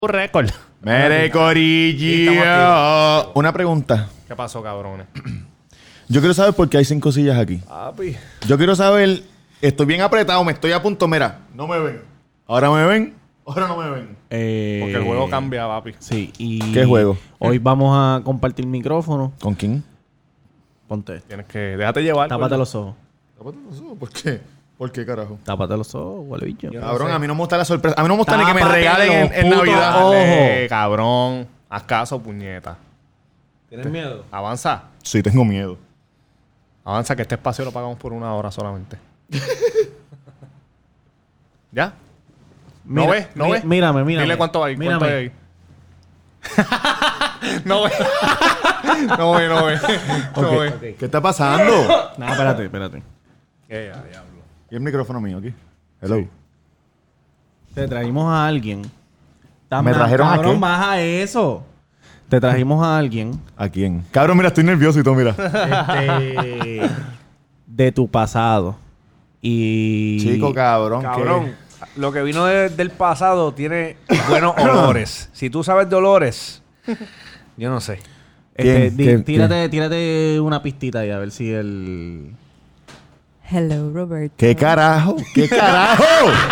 Récord. Mere Corillo. Una pregunta. ¿Qué pasó, cabrones? Yo quiero saber por qué hay 5 sillas aquí. Papi. Yo quiero saber, estoy bien apretado, me estoy a punto, mira, no me ven. Ahora me ven, ahora no me ven. Porque el juego cambia, papi. Sí, y ¿Qué juego? hoy vamos a compartir micrófono. ¿Con quién? Ponte esto. Tienes que... Déjate llevar. Tápate los ojos. ¿Por qué? ¿Por qué, carajo? Tápate los ojos, huele bicho. Cabrón, a mí no me gusta la sorpresa. A mí no me gusta ni que me Tápate regalen los en putos Navidad. ojos. Dale, cabrón. Haz caso, puñeta. ¿Tienes miedo? Avanza. Sí, tengo miedo. Avanza, que este espacio lo pagamos por 1 hora solamente. ¿Ya? ¿No ves? ¿No ves? Mírame. Dile cuánto hay. Mírame. ¿Cuánto hay ahí? No ve. No ve. No ve. Ok. ¿Qué está pasando? No, espérate. Diablo. ¿Y el micrófono mío aquí? Hello. Te trajimos a alguien. ¿Me trajeron a cabrón, qué? baja eso. Te trajimos a alguien ¿A quién? Cabrón, mira, estoy nervioso y todo, mira. de tu pasado. Y... Chico, cabrón. Cabrón, lo que vino del pasado tiene buenos olores. Si tú sabes de olores, yo no sé. ¿Quién? Tírate una pistita ahí a ver si el... Hello, Roberto. ¿Qué carajo? ¿Qué carajo?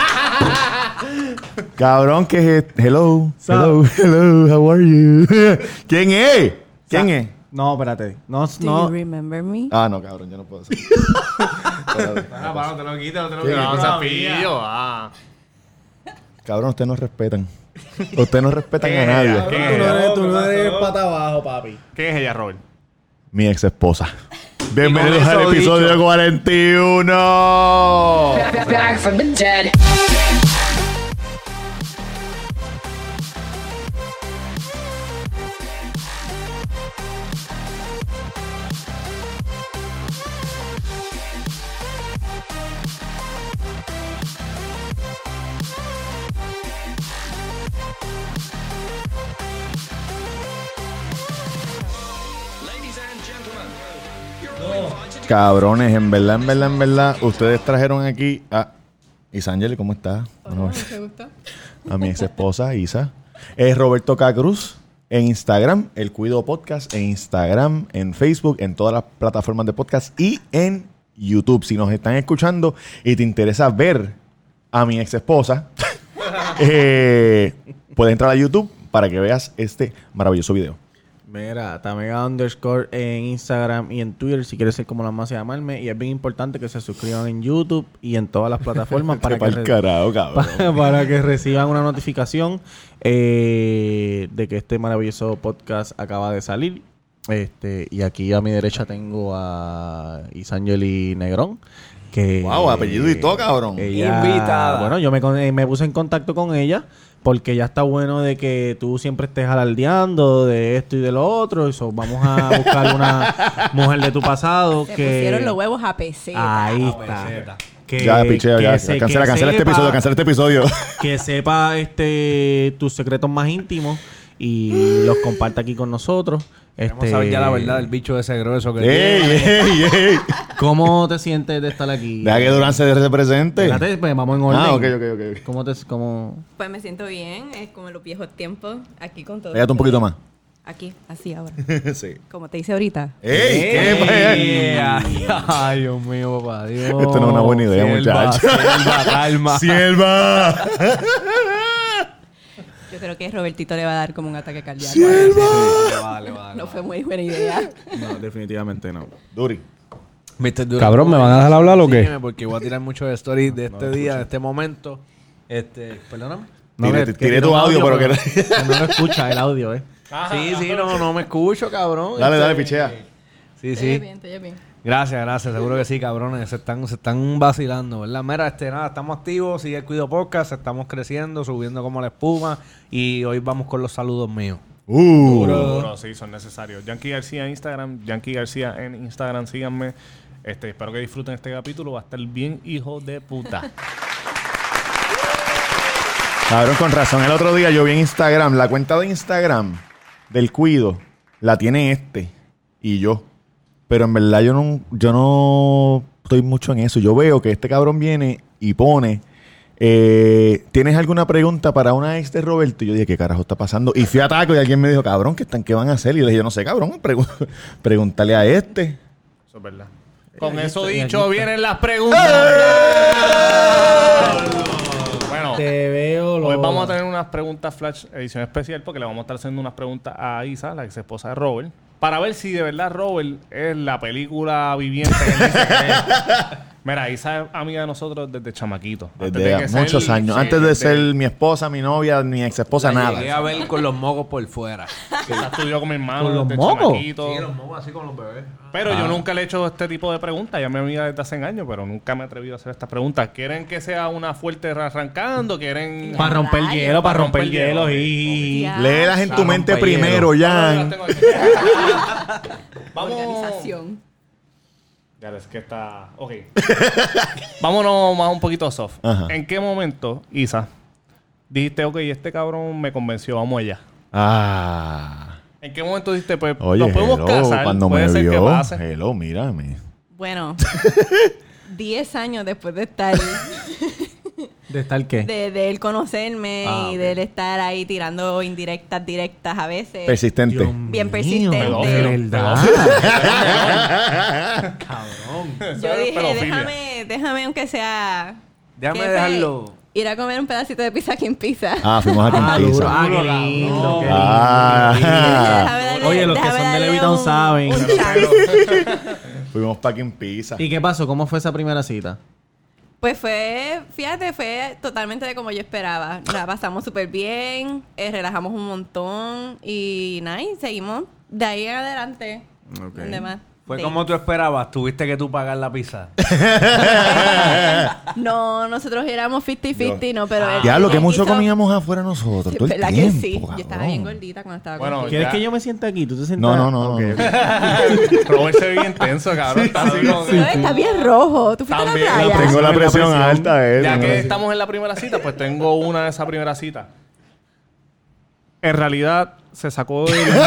Cabrón, ¿qué es? Hello, how are you? ¿Quién es? ¿Quién es? No, espérate. No. Do you remember me? Ah, no, cabrón, yo no puedo hacer. No te lo quites, no te lo ¿Quién? quites. No, Zapillo. Cabrón, ustedes no respetan. Ustedes no respetan a nadie. ¿Quién es? Tú no eres pata abajo, papi. ¿Quién es ella, Robert? Mi ex esposa. Bienvenidos eso al episodio dicho. 41. Back from the dead. Cabrones, en verdad, ustedes trajeron aquí a Isangeli, ¿cómo está? Bueno, ¿Te gusta? a mi ex esposa, Isa. Es Roberto K. Cruz en Instagram, El Cuido Podcast en Instagram, en Facebook, en todas las plataformas de podcast y en YouTube. Si nos están escuchando y te interesa ver a mi ex esposa, puedes entrar a YouTube para que veas este maravilloso video. Mira, Tamega _ en Instagram y en Twitter si quieres ser como la más y llamarme. Y es bien importante que se suscriban en YouTube y en todas las plataformas para, Pa'l carajo, cabrón. para que reciban una notificación de que este maravilloso podcast acaba de salir. Y aquí a mi derecha tengo a Isangeli Negrón. Que, Wow, apellido y todo, cabrón. ella- Invitada. Bueno, yo me puse en contacto con ella porque ya está bueno de que tú siempre estés alardeando de esto y de lo otro. Eso, vamos a buscar una mujer de tu pasado Se que... pusieron los huevos a peseta. Ahí está. Que, Ya, picheo, ya. se- Cancela que este sepa- episodio, cancela este episodio. Que sepa tus secretos más íntimos y los comparta aquí con nosotros. Queremos saber ya la verdad del bicho ese grueso que ¡Ey! ¿Cómo te sientes de estar aquí? Deja que Durán se represente. Espérate, pues, vamos en orden. Ah, ok. ¿Cómo? Pues me siento bien, es como en los viejos tiempos, aquí con todo. Pégate un poquito más. Aquí, así ahora. Sí. Como te hice ahorita. ¡Ey! ¿Qué? Ay, Dios mío, papá. Dios. Esto no es una buena idea, muchacho. Sierva, calma. ¡Sierva! Yo creo que Robertito le va a dar como un ataque cardíaco. Vale. No fue muy buena idea. No, definitivamente no. Duri. Mr. Durán. Cabrón, ¿me van a dejar hablar o qué? Sígueme porque voy a tirar muchos stories de este día, de este momento. Perdóname. Tiré tu audio, pero que... que no lo escucha el audio, Sí, no me escucho, cabrón. Dale, pichea. Sí, Te oyes sí. bien, te oyes bien. Gracias, seguro que sí, cabrones. Se están vacilando, ¿verdad? Mira, nada, estamos activos, sigue el Cuido Podcast, estamos creciendo, subiendo como la espuma. Y hoy vamos con los saludos míos. Duro, sí, son necesarios. Yankee García en Instagram, Yankee García en Instagram, síganme. Espero que disfruten este capítulo, va a estar bien hijo de puta. Cabrón, con razón. El otro día yo vi en Instagram, la cuenta de Instagram del Cuido, la tiene y yo. Pero en verdad yo no estoy mucho en eso. Yo veo que este cabrón viene y pone ¿Tienes alguna pregunta para una ex de Roberto? Y yo dije, ¿qué carajo está pasando? Y fui a Taco y alguien me dijo, cabrón, ¿qué van a hacer? Y yo le dije, yo no sé, cabrón, pregúntale a este. Eso es verdad. Con eso dicho, vienen las preguntas. Bueno, Te veo hoy vamos a tener unas preguntas flash edición especial porque le vamos a estar haciendo unas preguntas a Isa, la ex esposa de Robert, para ver si de verdad Robert es la película viviente que él dice que es. Mira, Isa es amiga de nosotros desde chamaquito. Desde muchos años. Antes de ser mi esposa, mi novia, mi ex esposa, La nada. llegué a ver con los mocos por fuera. Ella estudió con mi hermano ¿Con los desde mocos? chamaquito. Sí, los mocos así con los bebés. Pero yo nunca le he hecho este tipo de preguntas. Ella me amiga desde hace años, pero nunca me he atrevido a hacer estas preguntas. ¿Quieren que sea una fuerte arrancando? ¿Quieren...? Para romper el hielo, para romper el hielo y... Ya. Léelas en tu mente rompe hielo. primero, Las Jan. tengo aquí. Vamos... Organización. Ya es que está... Ok. Vámonos más un poquito soft. Ajá. ¿En qué momento, Isa, dijiste, ok, este cabrón me convenció, vamos allá? ¿En qué momento dijiste, pues, Oye, nos podemos hello, casar? cuando Puede me ser que vio, pase. hello, mírame. Bueno, 10 años después de estar... ¿De estar qué? de él conocerme y de él estar ahí tirando indirectas, directas a veces. Persistente. Bien persistente. De verdad. Cabrón. Yo dije, déjame aunque sea... Déjame ¿qué fue? dejarlo. Ir a comer un pedacito de pizza aquí en pizza. Fuimos a Ah, Kim duro. Pizza. Ah, qué lindo. Qué Ah. lindo. Oye, los que son de Levitown saben. un chance. Fuimos para Kim Pizza. ¿Y qué pasó? ¿Cómo fue esa primera cita? Pues fue totalmente de como yo esperaba. La pasamos súper bien, relajamos un montón y nada, y seguimos de ahí en adelante. Ok. Demás. Fue Sí. como tú esperabas. Tuviste que tú pagar la pizza. No, nosotros éramos 50-50, no, pero él- Ya, lo que él mucho quiso- comíamos afuera nosotros. Todo el ¿Verdad tiempo, que sí? cabrón. Yo estaba bien gordita cuando estaba Bueno, contigo. ¿Quieres ya. que yo me siente aquí? ¿Tú te sientas? No. Robert se ve bien tenso, cabrón. Está así como que- No, está bien rojo. ¿Tú fuiste También a la la playa? Tengo la presión presión. alta, Ya que estamos en la primera cita, pues tengo una de esa primera cita. En realidad, se sacó el miembro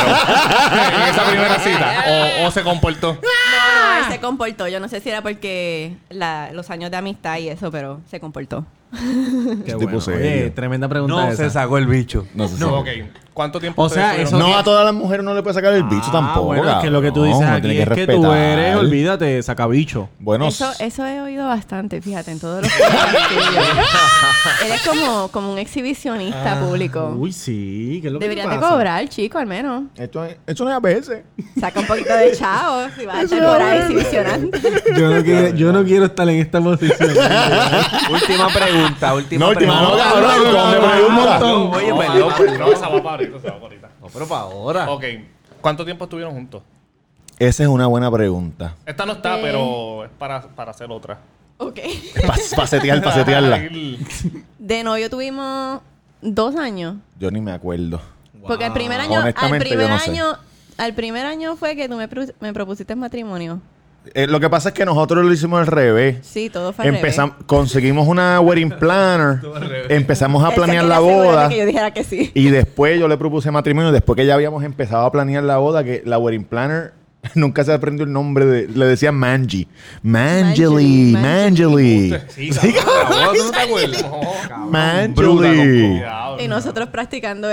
en esa primera cita. O se comportó. No, él se comportó. Yo no sé si era porque los años de amistad y eso, pero se comportó. Qué tipo bueno. serio. Oye, tremenda pregunta No esa. se sacó el bicho. No sé si- No, ok. ¿Cuánto tiempo O sea, ustedes eso- estuvieron? No, a todas las mujeres no le puede sacar el bicho tampoco. Bueno, es que lo que tú cabrón. dices Uno aquí tiene es que tú respetar. eres, olvídate, sacabicho. Bueno, Eso he oído bastante, fíjate, en todos los programas tuyos. Eres como un exhibicionista público. Uy, sí. ¿Qué es lo que Deberías te de pasa? cobrar, chico, al menos. esto no es a veces. Saca un poquito de chavo si vas a estar por ahí exhibicionando. Yo no quiero estar en esta posición. Última pregunta. Última No, última, pregunta. no, cabrón, ¿dónde pregunta? Oye, perdón. No, esa va para ahorita, esa va para ahorita. No, pero para ahora. Ok. ¿Cuánto tiempo estuvieron juntos? Esa es una buena pregunta. Esta no está, pero es para hacer otra. Ok. Para setearla. De novio tuvimos 2 años. Yo ni me acuerdo. Porque al primer año, Honestamente, yo no sé. al primer año fue que tú me propusiste matrimonio. Lo que pasa es que nosotros lo hicimos al revés. Sí, todo fue al revés. Conseguimos una wedding planner. Empezamos a Él se planear quería la asegurar boda. de que yo dijera que sí. Y después yo le propuse matrimonio. Después que ya habíamos empezado a planear la boda, que la wedding planner nunca se aprendió el nombre le decía Manji. Mangeli. Sí, cabrón. ¿Tú no te acuerdas? Mangeli. Y nosotros practicando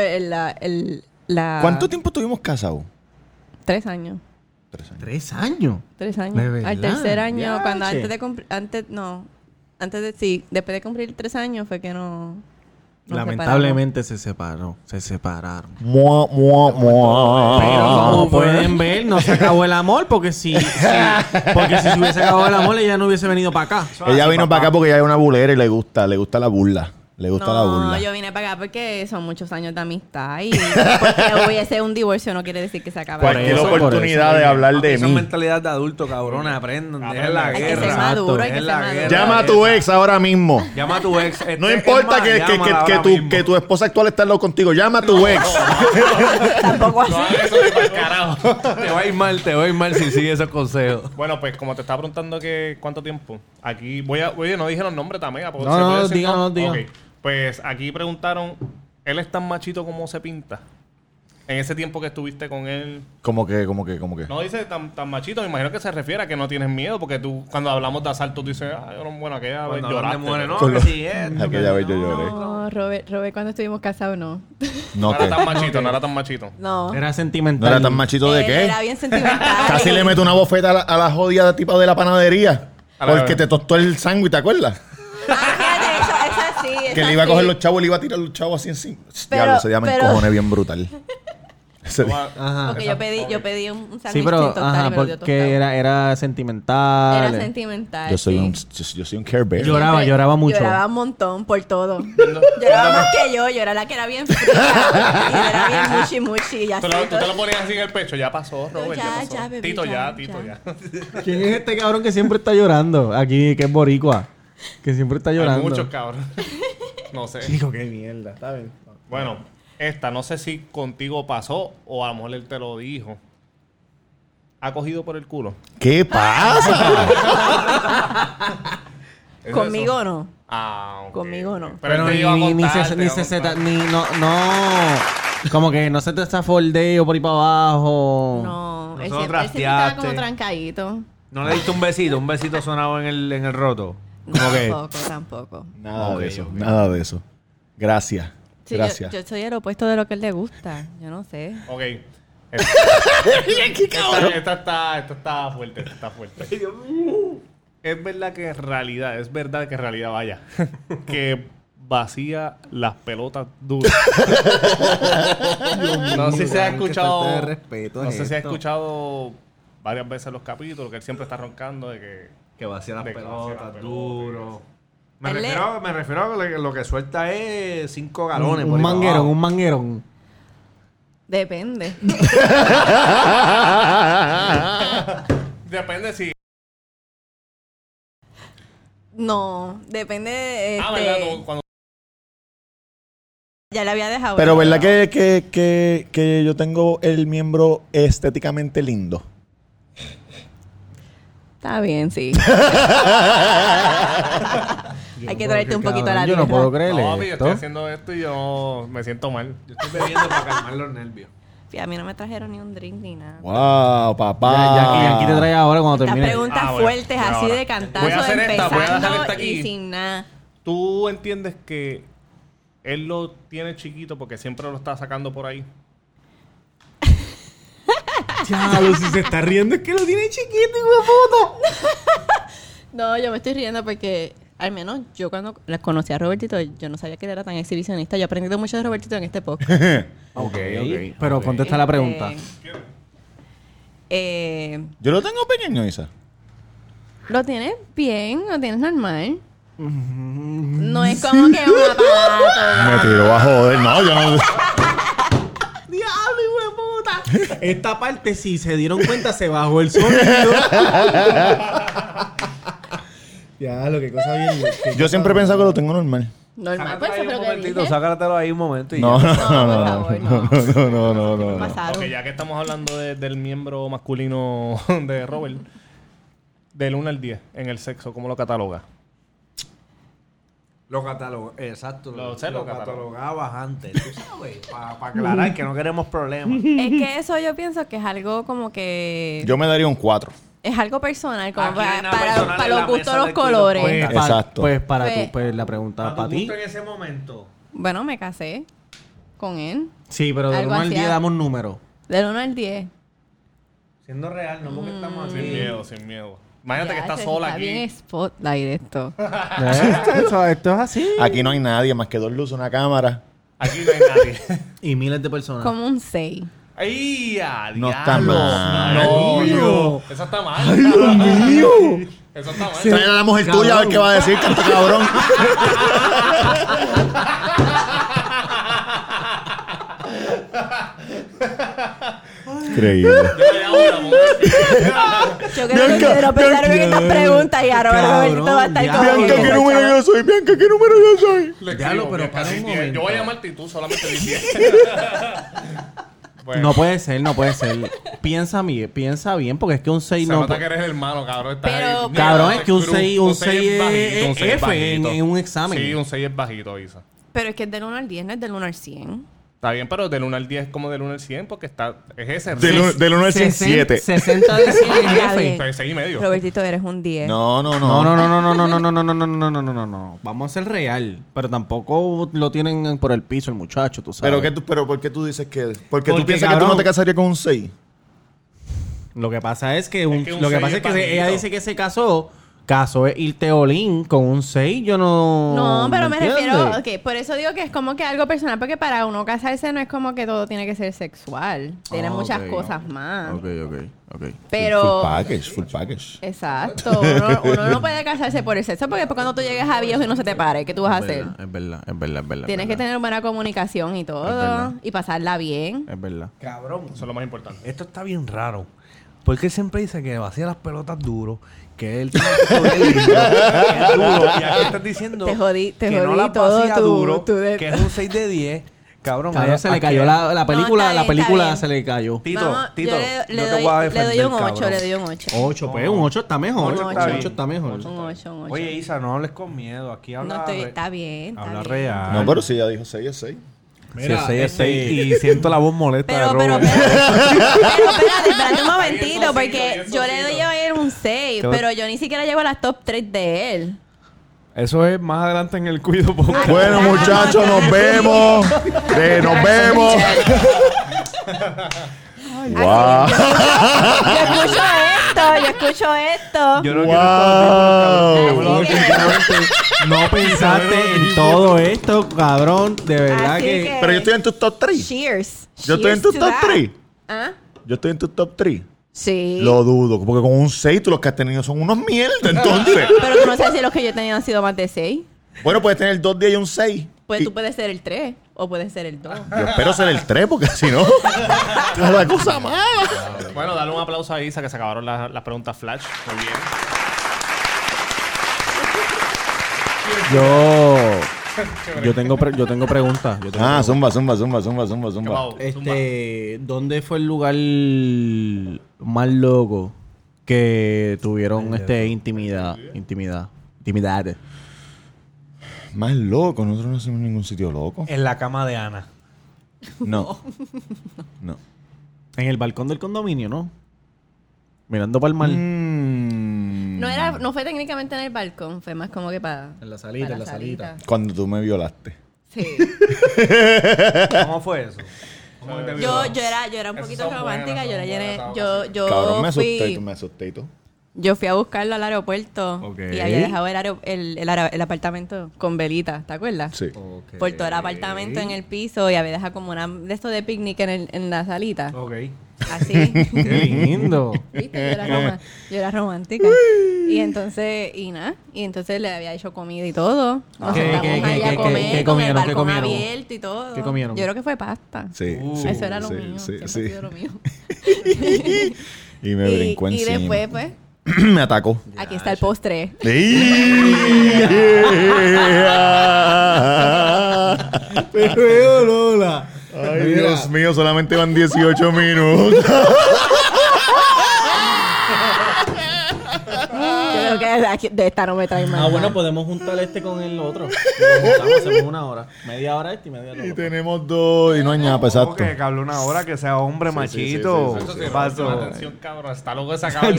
la... ¿Cuánto tiempo estuvimos casados? 3 años. 3 años. 3 años. ¿De verdad? Al tercer año, Yache. cuando después de cumplir 3 años fue que nos Lamentablemente se separaron. Mua, mua, mua. Pero como pueden ver, no se acabó el amor porque si se hubiese acabado el amor, ella no hubiese venido para acá. Ella vino para acá porque ella es una bulera y le gusta la burla. Le gusta la burla. No, yo vine para acá porque son muchos años de amistad y porque hubiese un divorcio no quiere decir que se acabe. Cualquier eso, por oportunidad eso. de hablar de Esa mí. mentalidad de adulto, cabrones. Aprendan. Dejen la Hay que ser guerra. maduro, hay que Dejen ser la maduro. guerra. Llama a tu ex ahora mismo. Llama a tu ex. No importa que tu esposa actual esté al lado contigo. Llama a tu ex. Tampoco así. Te va a ir mal si sigues esos consejos. Bueno, pues como te estaba preguntando que cuánto tiempo. Aquí oye, no dijeron nombre también. No, no, díganos. Ok. Pues aquí preguntaron, ¿él es tan machito como se pinta? En ese tiempo que estuviste con él. Como que. No dice tan machito. Me imagino que se refiere a que no tienes miedo. Porque tú, cuando hablamos de asalto, tú dices, bueno, aquella vez lloraste. Con aquella vez yo lloré. No, Robert, cuando estuvimos casados, no. No, No ¿qué? era tan machito, no era tan machito. No. Era ¿No sentimental. era tan machito de Él qué? Era bien sentimental. Casi le meto una bofeta a la jodida tipa de la panadería. A la Porque vez. te tostó el sándwich, ¿te acuerdas? Fíjate, eso sí. Que le iba a coger los chavos, le iba a tirar los chavos así encima. Pero- Diablo, ese día me pero- encojoné bien brutal. Ese día. Ajá. Porque yo pedí un sándwich Sí, pero, tostado y ajá, me lo dio porque tostado. era sentimental. Era sentimental. Yo soy sí. un Care Bear. Lloraba mucho. Lloraba un montón por todo. Lloraba más que yo era la que era bien fría. Y yo era bien muchi. Y así. Tú te lo ponías así en el pecho. Ya pasó, Robert. Ya, pasó. ya, bebé, Tito ya, Tito ya. ya. ¿Quién es este cabrón que siempre está llorando? Aquí, que es boricua. Que siempre está Hay llorando. muchos cabros. No sé. Chico, qué mierda. Está bien. Bueno, esta no sé si contigo pasó o a lo mejor él te lo dijo. ¿Ha cogido por el culo? ¿Qué pasa? ¿Es Conmigo eso? no. Ah, ok. Conmigo no. Pero él Pero te iba a ni contar, se, te ni iba a se, se contar. ni no, como que no se te zafó el dedo por ahí para abajo. No. Él Nosotros siempre estaba trasteaste. como trancadito. ¿No le diste un besito sonado en el roto? ¿Cómo que? Tampoco. Nada Ok, de eso, ok. nada de eso. Gracias. Sí, Gracias. yo soy el opuesto de lo que a él le gusta. Yo no sé. Ok. Esta está fuerte, esta está fuerte. Es verdad que en realidad, vaya, que vacía las pelotas duras. No sé si se ha escuchado. falta de respeto No es sé si ha esto. escuchado varias veces los capítulos que él siempre está roncando de que vacía las De que vacía las pelotas, pelotas. duro. Me Él le- refiero a que lo que suelta es 5 galones. Un por ahí para manguerón, abajo. un manguerón. Depende. depende si. No, depende. ¿Verdad? Cuando Ya le había dejado. Pero ¿verdad que yo tengo el miembro estéticamente lindo? Está bien, sí. Hay que traerte un poquito a la Yo no tierra. puedo creerle no, papi, yo esto. estoy haciendo esto y yo me siento mal. Yo estoy bebiendo para calmar los nervios. Fíjate, a mí no me trajeron ni un drink ni nada. Wow, papá. Ya aquí te trae ahora cuando Las termine. preguntas Ah, bueno, fuertes voy así ahora. de cantazo, Voy a hacer esta, voy a dejar empezando esta aquí. y sin nada. ¿Tú entiendes que él lo tiene chiquito porque siempre lo está sacando por ahí? Chalo, si se está riendo es que lo tiene chiquito, hijo de puta. No, yo me estoy riendo porque, al menos yo cuando les conocí a Robertito, yo no sabía que él era tan exhibicionista. Yo he aprendido mucho de Robertito en este podcast. Ok. Pero contesta la pregunta. Yo lo tengo pequeño, Isa. Lo tienes bien, lo tienes normal. No es como que un aparato. Me tiró a joder. No, yo no. Diablo, hijo de puta. Esta parte, si se dieron cuenta, se bajó el sonido. Ya, lo que cosa bien. Yo siempre he pensado que lo tengo normal. Normal, pues eso Sácatelo ahí fue un lo que momentito, dije. sácatelo ahí un momento y No, ya. no, por favor, no. Pasaron. Ok, ya que estamos hablando del miembro masculino de Robert, del 1 al 10 en el sexo, ¿cómo lo cataloga? Lo catalogó, exacto. Lo catalogabas antes, tú sabes, para aclarar que no queremos problemas. Es que eso yo pienso que es algo como que... Yo me daría un 4. Es algo personal, como Aquí no hay nada para personal en los la gustos mesa de los del Cuido colores. Podcast. Exacto. Pues para Pues- tú, pues la pregunta para ti. en ese momento? Bueno, me casé con él. Sí, pero del Algo 1 al así, 10 ah. damos un número. Del 1 al 10. Siendo real, no porque estamos así. Sin miedo, sin miedo. Imagínate que Ya, estás se sola está aquí. bien spotlight esto. Esto es así. Aquí no hay nadie más que 2 luces, una cámara. Aquí no hay nadie. Y miles de personas. Como un 6. ¡Ay, a No diablo! está mal. No, Dios. no. Eso está mal. ¡Ay, Dios mío! Eso está mal. Trae a la mujer tuya a ver qué va a decir, canto cabrón. Increíble. Yo le llamo la mujer. Yo creo que quiero pensar en estas preguntas y ahora Cabrón, Roberto va a estar diablo. como... Bianca, ¿qué número yo soy? Bianca, ¿qué número yo soy? Le Diablo, escribo, pero Bianca, para un di 10. momento. Yo voy a llamarte y tú solamente di 10. Bueno, No puede ser, no puede ser. Piensa bien, porque es que un 6 se no. nota que eres hermano, cabrón. Estás Pero- ahí. Cabrón, Mira, es que un Cruz, 6 un 6 es bajito, un 6 F bajito. en un examen. Sí, un 6 es bajito, Isa. Pero es que es del 1 al 10, no es del 1 al 100. Está bien, pero del 1 al 10 es como del 1 al 100 porque es ese. Del 1 al 100, 7. 60 de 100 es jefe. Pues 6,5. Robertito, eres un 10. No. No. Vamos a ser real. Pero tampoco lo tienen por el piso el muchacho, tú sabes. Pero ¿por qué tú dices que...? Porque tú Porque, piensas que tú cabrón, no te casarías con un 6. Lo que pasa es que, un lo que 6 pasa es es que bajito. ella dice que se casó es irte olín con un 6. Yo no. No, pero me ¿entiendes? refiero, ok, por eso digo que es como que algo personal, porque para uno casarse no es como que todo tiene que ser sexual. Tiene muchas ok. cosas más. Ok. Pero... Full package. Exacto. Uno no puede casarse por el sexo, porque después cuando tú llegues a viejo y no se te pare, ¿qué tú vas a hacer? Es verdad. Tienes que tener buena comunicación y todo, verdad. y pasarla bien. Es verdad. Cabrón. Eso es lo más importante. Esto está bien raro. Porque él siempre dice que vacía las pelotas duro, que él tiene que es duro. Y aquí estás diciendo Te jodí que no todo las vacía tu- duro, tu de- que es un 6 de 10. Cabrón, Cabrón, se le aquí- cayó la película. No, está La bien, película está se le cayó. Tito, Vamos, Tito, yo yo le te doy, voy a le defender, doy un 8, cabrón. le doy un 8. 8, pues. Un 8 está mejor. Un Un ocho. 8 está mejor. Un 8. Oye, Isa, no hables con miedo. Aquí habla... No estoy, está bien, está Habla bien. real. No, pero si ella dijo 6 es 6. Si es 6 es 6 y siento la voz molesta de Pero Robert. espérate un momentito, porque yo le doy a él un 6, ¿Qué? pero yo ni siquiera llego a las top 3 de él. Eso es más adelante en el cuido. Porque... Bueno, muchachos, nos vemos. Nos vemos. Wow. Yo escucho esto. Yo no Wow. No pensaste en todo esto, cabrón. De verdad Así que... que- Pero yo estoy en tu top 3. Cheers. Yo estoy en Cheers tu to top that. 3. ¿Ah? Yo estoy en tu top 3. Sí. Lo dudo, porque con un 6 tú los que has tenido son unos mierda, entonces. Pero tú no sabes si los que yo he tenido han sido más de 6. Bueno, puedes tener 2 días y un 6. Pues Y tú puedes ser el 3 o puedes ser el 2. yo espero ser el 3, porque si no, es la cosa mala. Bueno, dale un aplauso a Isa que se acabaron las preguntas flash. Muy bien. Yo tengo preguntas. Zumba. ¿Dónde fue el lugar más loco que tuvieron intimidad? Más loco, nosotros no hacemos ningún sitio loco. En la cama de Ana. No. En el balcón del condominio, ¿no? Mirando para el mar. No fue técnicamente en el balcón, fue más como que para... En la salita, para en la salita. Cuando tú me violaste. Sí. ¿Cómo fue eso? ¿Cómo te Yo violó? era un Esas poquito son romántica, buenas, yo la son llené, buenas, Cabrón, me fui... asusté y todo. Yo fui a buscarlo al aeropuerto Ok. y había dejado el apartamento con velita, ¿te acuerdas? Sí. Por todo el apartamento en el piso y había dejado como una de estos de picnic en la salita. Ok. Así. Qué lindo. ¿Viste? Yo era romántica. Y entonces le había hecho comida y todo. Nos ¿Qué- sentamos qué- ahí qué- a qué- comer qué con el comieron? ¿Qué balcón comieron? abierto y todo. ¿Qué comieron? Yo creo que fue pasta. Sí. Eso era lo mío. Sí, Siempre ha sí. sido lo mío. Y me brincó y encima. después, pues, me atacó. aquí está el postre. Pero Lola. Ay, Dios mío, solamente van 18 minutos. Yo creo que de esta no me trae más. Bueno, podemos juntar con el otro. Lo juntamos, hacemos una hora. Media hora y media hora. Y tenemos 2 y no hay nada, pues, exacto. Que hable una hora, que sea hombre, machito. sí, ¿Qué pasó? Atención, cabrón. Está loco de sacar.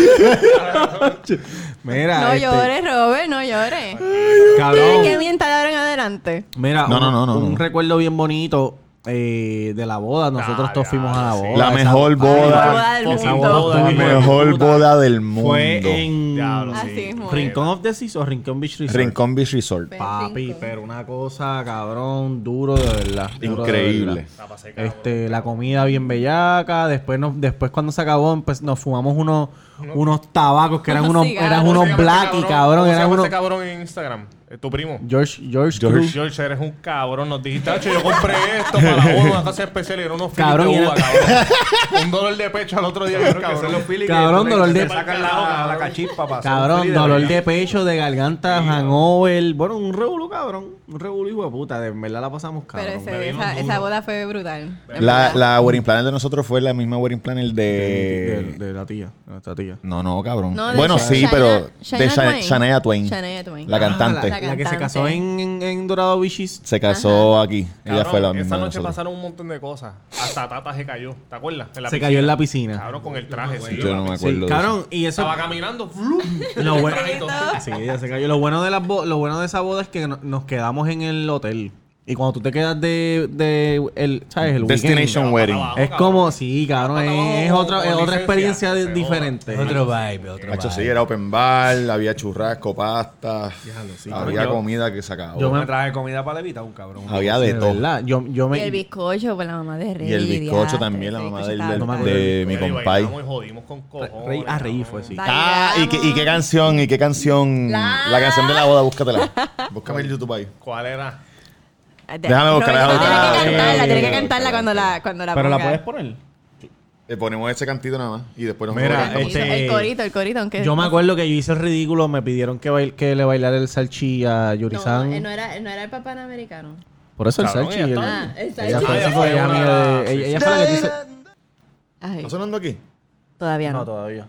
Mira, No llores, Robert, no llores. cabrón. ¿Qué mienta de ahora en adelante? Mira, No. un recuerdo bien bonito de la boda. Nosotros todos fuimos a la sí. boda. La Esa- mejor boda. boda del esa mundo. boda La estuvo mejor puta. boda del mundo. Fue en Diablo, sí. Así mismo. Rincón of the Seas o Rincón Beach Resort. Rincón Beach Resort. Papi, Rincón. pero una cosa, cabrón, duro de verdad. duro de Increíble. verdad. La comida bien bellaca. Después cuando se acabó, pues, nos fumamos unos tabacos que eran Unos unos, cigarros. eran ¿Cómo se unos llama black ese y cabrón? cabrón. ¿Cómo se Eran llama unos ese cabrón en Instagram? Tu primo. George Cruz. George, eres un cabrón. Nos dijiste, "Tacho, yo compré esto para la boda, una casa especial y eran unos filis Cabrón, de y uva, era- cabrón. Un dolor de pecho al otro día. bien cabrón. Cabrón, dolor de- Sacan la cachispa para Cabrón, dolor de pecho, de garganta, hangover. Bueno, un revolú, cabrón. Un revolú, hijo de puta. De verdad la pasamos, cabrón. Pero esa boda fue brutal. La wedding planner de nosotros fue la misma wedding planner de la tía, de nuestra tía. No, cabrón. No, de Bueno, Shania- sí, pero de Shania Twain. Shania Twain. Shania Twain. La cantante. La la que se cantante. casó en Dorado Beaches. Se casó aquí. Ella Cabrón, fue la misma. esa de noche nosotros. pasaron un montón de cosas. Hasta Tata se cayó. ¿Te acuerdas? Se cayó en la piscina. Cabrón, con el traje. Sí, Yo no me acuerdo. Sí, de cabrón, y eso... Estaba caminando. ¡flu! Lo bueno, Trajito. sí, ella se cayó. Lo bueno de lo bueno de esa boda es que nos quedamos en el hotel. Y cuando tú te quedas de el, ¿sabes? El Destination weekend, Wedding. abajo, es como, sí, cabrón, es otra licencia, experiencia se diferente. Otro vibe, otro Hacho, sí, vibe. era open bar, había churrasco, pasta, sí, había yo- comida que se acabó. yo Me traje comida para Levita, un cabrón. Había de De todo. verdad, yo Y el me... bizcocho por la mamá de Rey. Y el bizcocho diatre, también, la ese mamá bizcocho del, estaba de mi Pero y compay. bailamos y jodimos con cojones. Reí fue, sí. Ah, ¿y qué canción? ¿Y qué canción? La canción de la boda, búscatela. Búscame el YouTube ahí. ¿Cuál era? Déjame buscar, Roberto déjame tiene que buscar. cantarla cuando la Pero la ponga. puedes poner. Le ponemos ese cantito nada más y después nos Mira, vamos. El corito, aunque... Yo me acuerdo que yo hice el ridículo, me pidieron que le bailara el salchi a No, Yuri-san. él no era el papá americano. Por eso el Cabrón, salchi. ella el- está- el ella salchi. fue, esa Ah, fue ella amiga fue de... una- Ella fue la que dice... Ay, ¿Está sonando aquí? todavía no. todavía.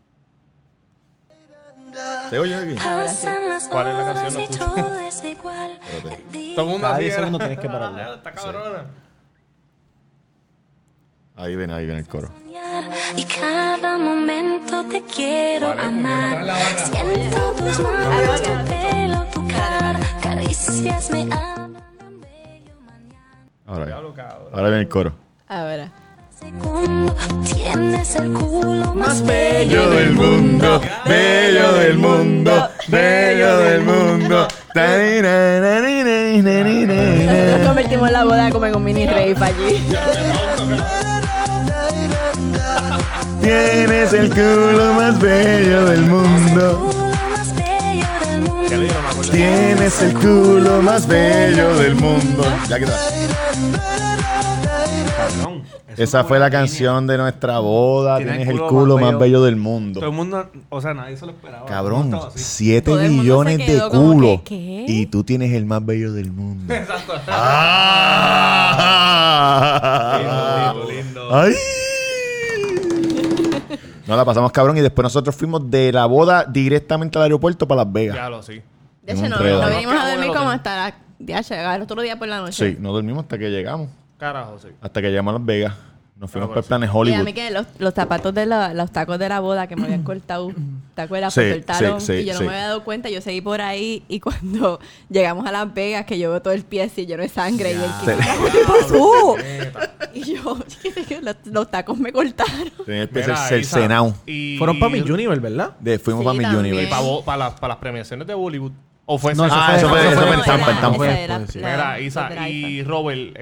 ¿Se oye aquí? ¿Cuál es la canción? No escucho. Todo el mundo Cada así 10 era. segundos tienes que pararla. Está cabrona. Ahí viene el coro. Y cada momento te quiero amar. Siento tus manos, tu pelo, tu cara. Caricias me hablan de bello mañana. Diablo, cabrón. Ahora viene el coro. Ahora. Segundo, tienes el culo más Bello del mundo, bello del mundo, bello del mundo. Nosotros convertimos la boda como en un mini rave allí. Tienes el culo más bello del mundo. culo más bello del mundo. Tienes el culo más bello del mundo. Ya queda. Esa fue la canción de nuestra boda. Tienes el culo más bello del mundo. Todo el mundo, o sea, nadie se lo esperaba. Cabrón, Todo estaba así. 7 Todo el mundo billones se de quedó como culo. que, ¿qué? Y tú tienes el más bello del mundo. Exacto. ¡Ah! Lindo. ¡Ay! No, la pasamos cabrón y después nosotros fuimos de la boda directamente al aeropuerto para Las Vegas. Diablo, sí. De En hecho, un no enredo. vinimos a dormir Nos como quedamos en hasta el otro día por la noche. Sí, no dormimos hasta que llegamos. Carajo, sí. Hasta que llegamos a Las Vegas. Nos fuimos Pero para Planes Y a Hollywood. mí que los zapatos de los tacos de la boda que me habían cortado, ¿te acuerdas? Sí, Por el talón. sí, y yo no sí. me había dado cuenta, yo seguí por ahí y cuando llegamos a Las Vegas, que yo veo todo el pie así lleno de sangre y el ¿qué pasó? Y yo, los tacos me cortaron. Tenía el pie Mira, cercenado. y- Fueron para mi Universe, ¿verdad? Fuimos Sí, para mi también. Universe. Para las premiaciones de Bollywood. ¿O fue No, ese? eso fue- eso fue en Tampa, en Tampa. Mira, Isa y Robert,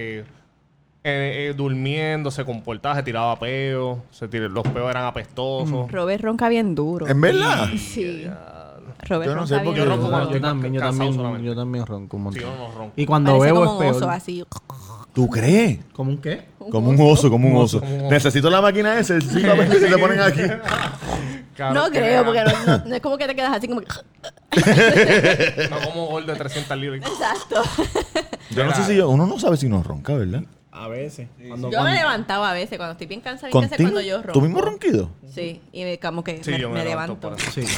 durmiendo, se comportaba, se tiraba peos, los peos eran apestosos. Robert ronca bien duro. ¿En verdad? Sí. Robert Yo no ronca sé por bien qué Yo duro. ronco cuando Yo estoy también, yo cansado también, solamente. yo también ronco un montón. Sí, yo no ronco. Y cuando Parece bebo como es un oso peor. así. ¿Tú crees? ¿Cómo un qué? Como un oso, como un oso. Necesito la máquina esa. Sí, para ver si se ponen aquí. No creo, porque no es como que te quedas así como que... No como gol de 300 libras. Exacto. Yo no sé si uno no sabe si nos ronca, ¿verdad? A veces. Yo me levantaba a veces cuando estoy bien cansada. Bien ¿Contigo? cuando yo ronco. ¿Tú mismo ronquido? Sí, y como que Sí, yo me levanto levanto. por eso. Sí.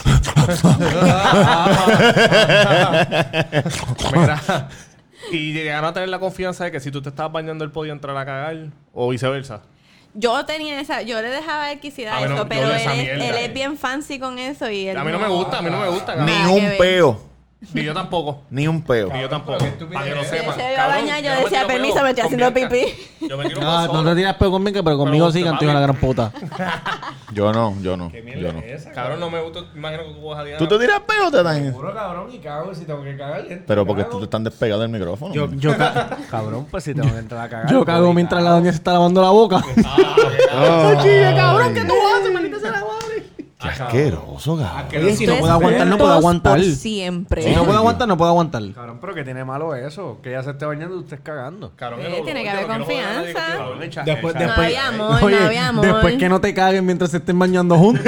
Mira, y llegaron a tener la confianza de que si tú te estabas bañando él podía entrar a cagar o viceversa. Yo tenía esa, yo le dejaba a él que hiciera A mí no- eso, yo pero de él, esa es, mierda. él es bien fancy con eso y él A mí no me gusta, Ni cabrón. Nada que un ver. peo. Ni yo tampoco. Ni un peo. Ni yo tampoco. Para que lo Si sepan. se iba a bañar, yo decía, permiso, me estoy haciendo pipí. Yo me tiro No, por no solo. te tiras peo con Bianca, pero conmigo Pero sí, usted, canto de la gran puta. Yo no. Cabrón, no me gusta. Imagino que tú vas a Diana. ¿Tú te tiras peo, Tatán? Puro cabrón y cago si tengo que cagar. Pero porque tú te estás despegado del micrófono. Cabrón, pues si tengo que entrar a cagar. Yo cago mientras la doña se está lavando la boca. cabrón, ¿qué tú haces, manita se la madre? Qué asqueroso, cabrón. Si no puedo aguantar, no puedo aguantar. Por Si siempre. no puedo aguantar, no puedo aguantar. Cabrón, pero que tiene malo eso. Que ella se esté bañando y usted esté cagando. Cabrón, Tiene que haber confianza. Después, No había amor, oye, no había amor. después que no te caguen mientras se estén bañando juntos.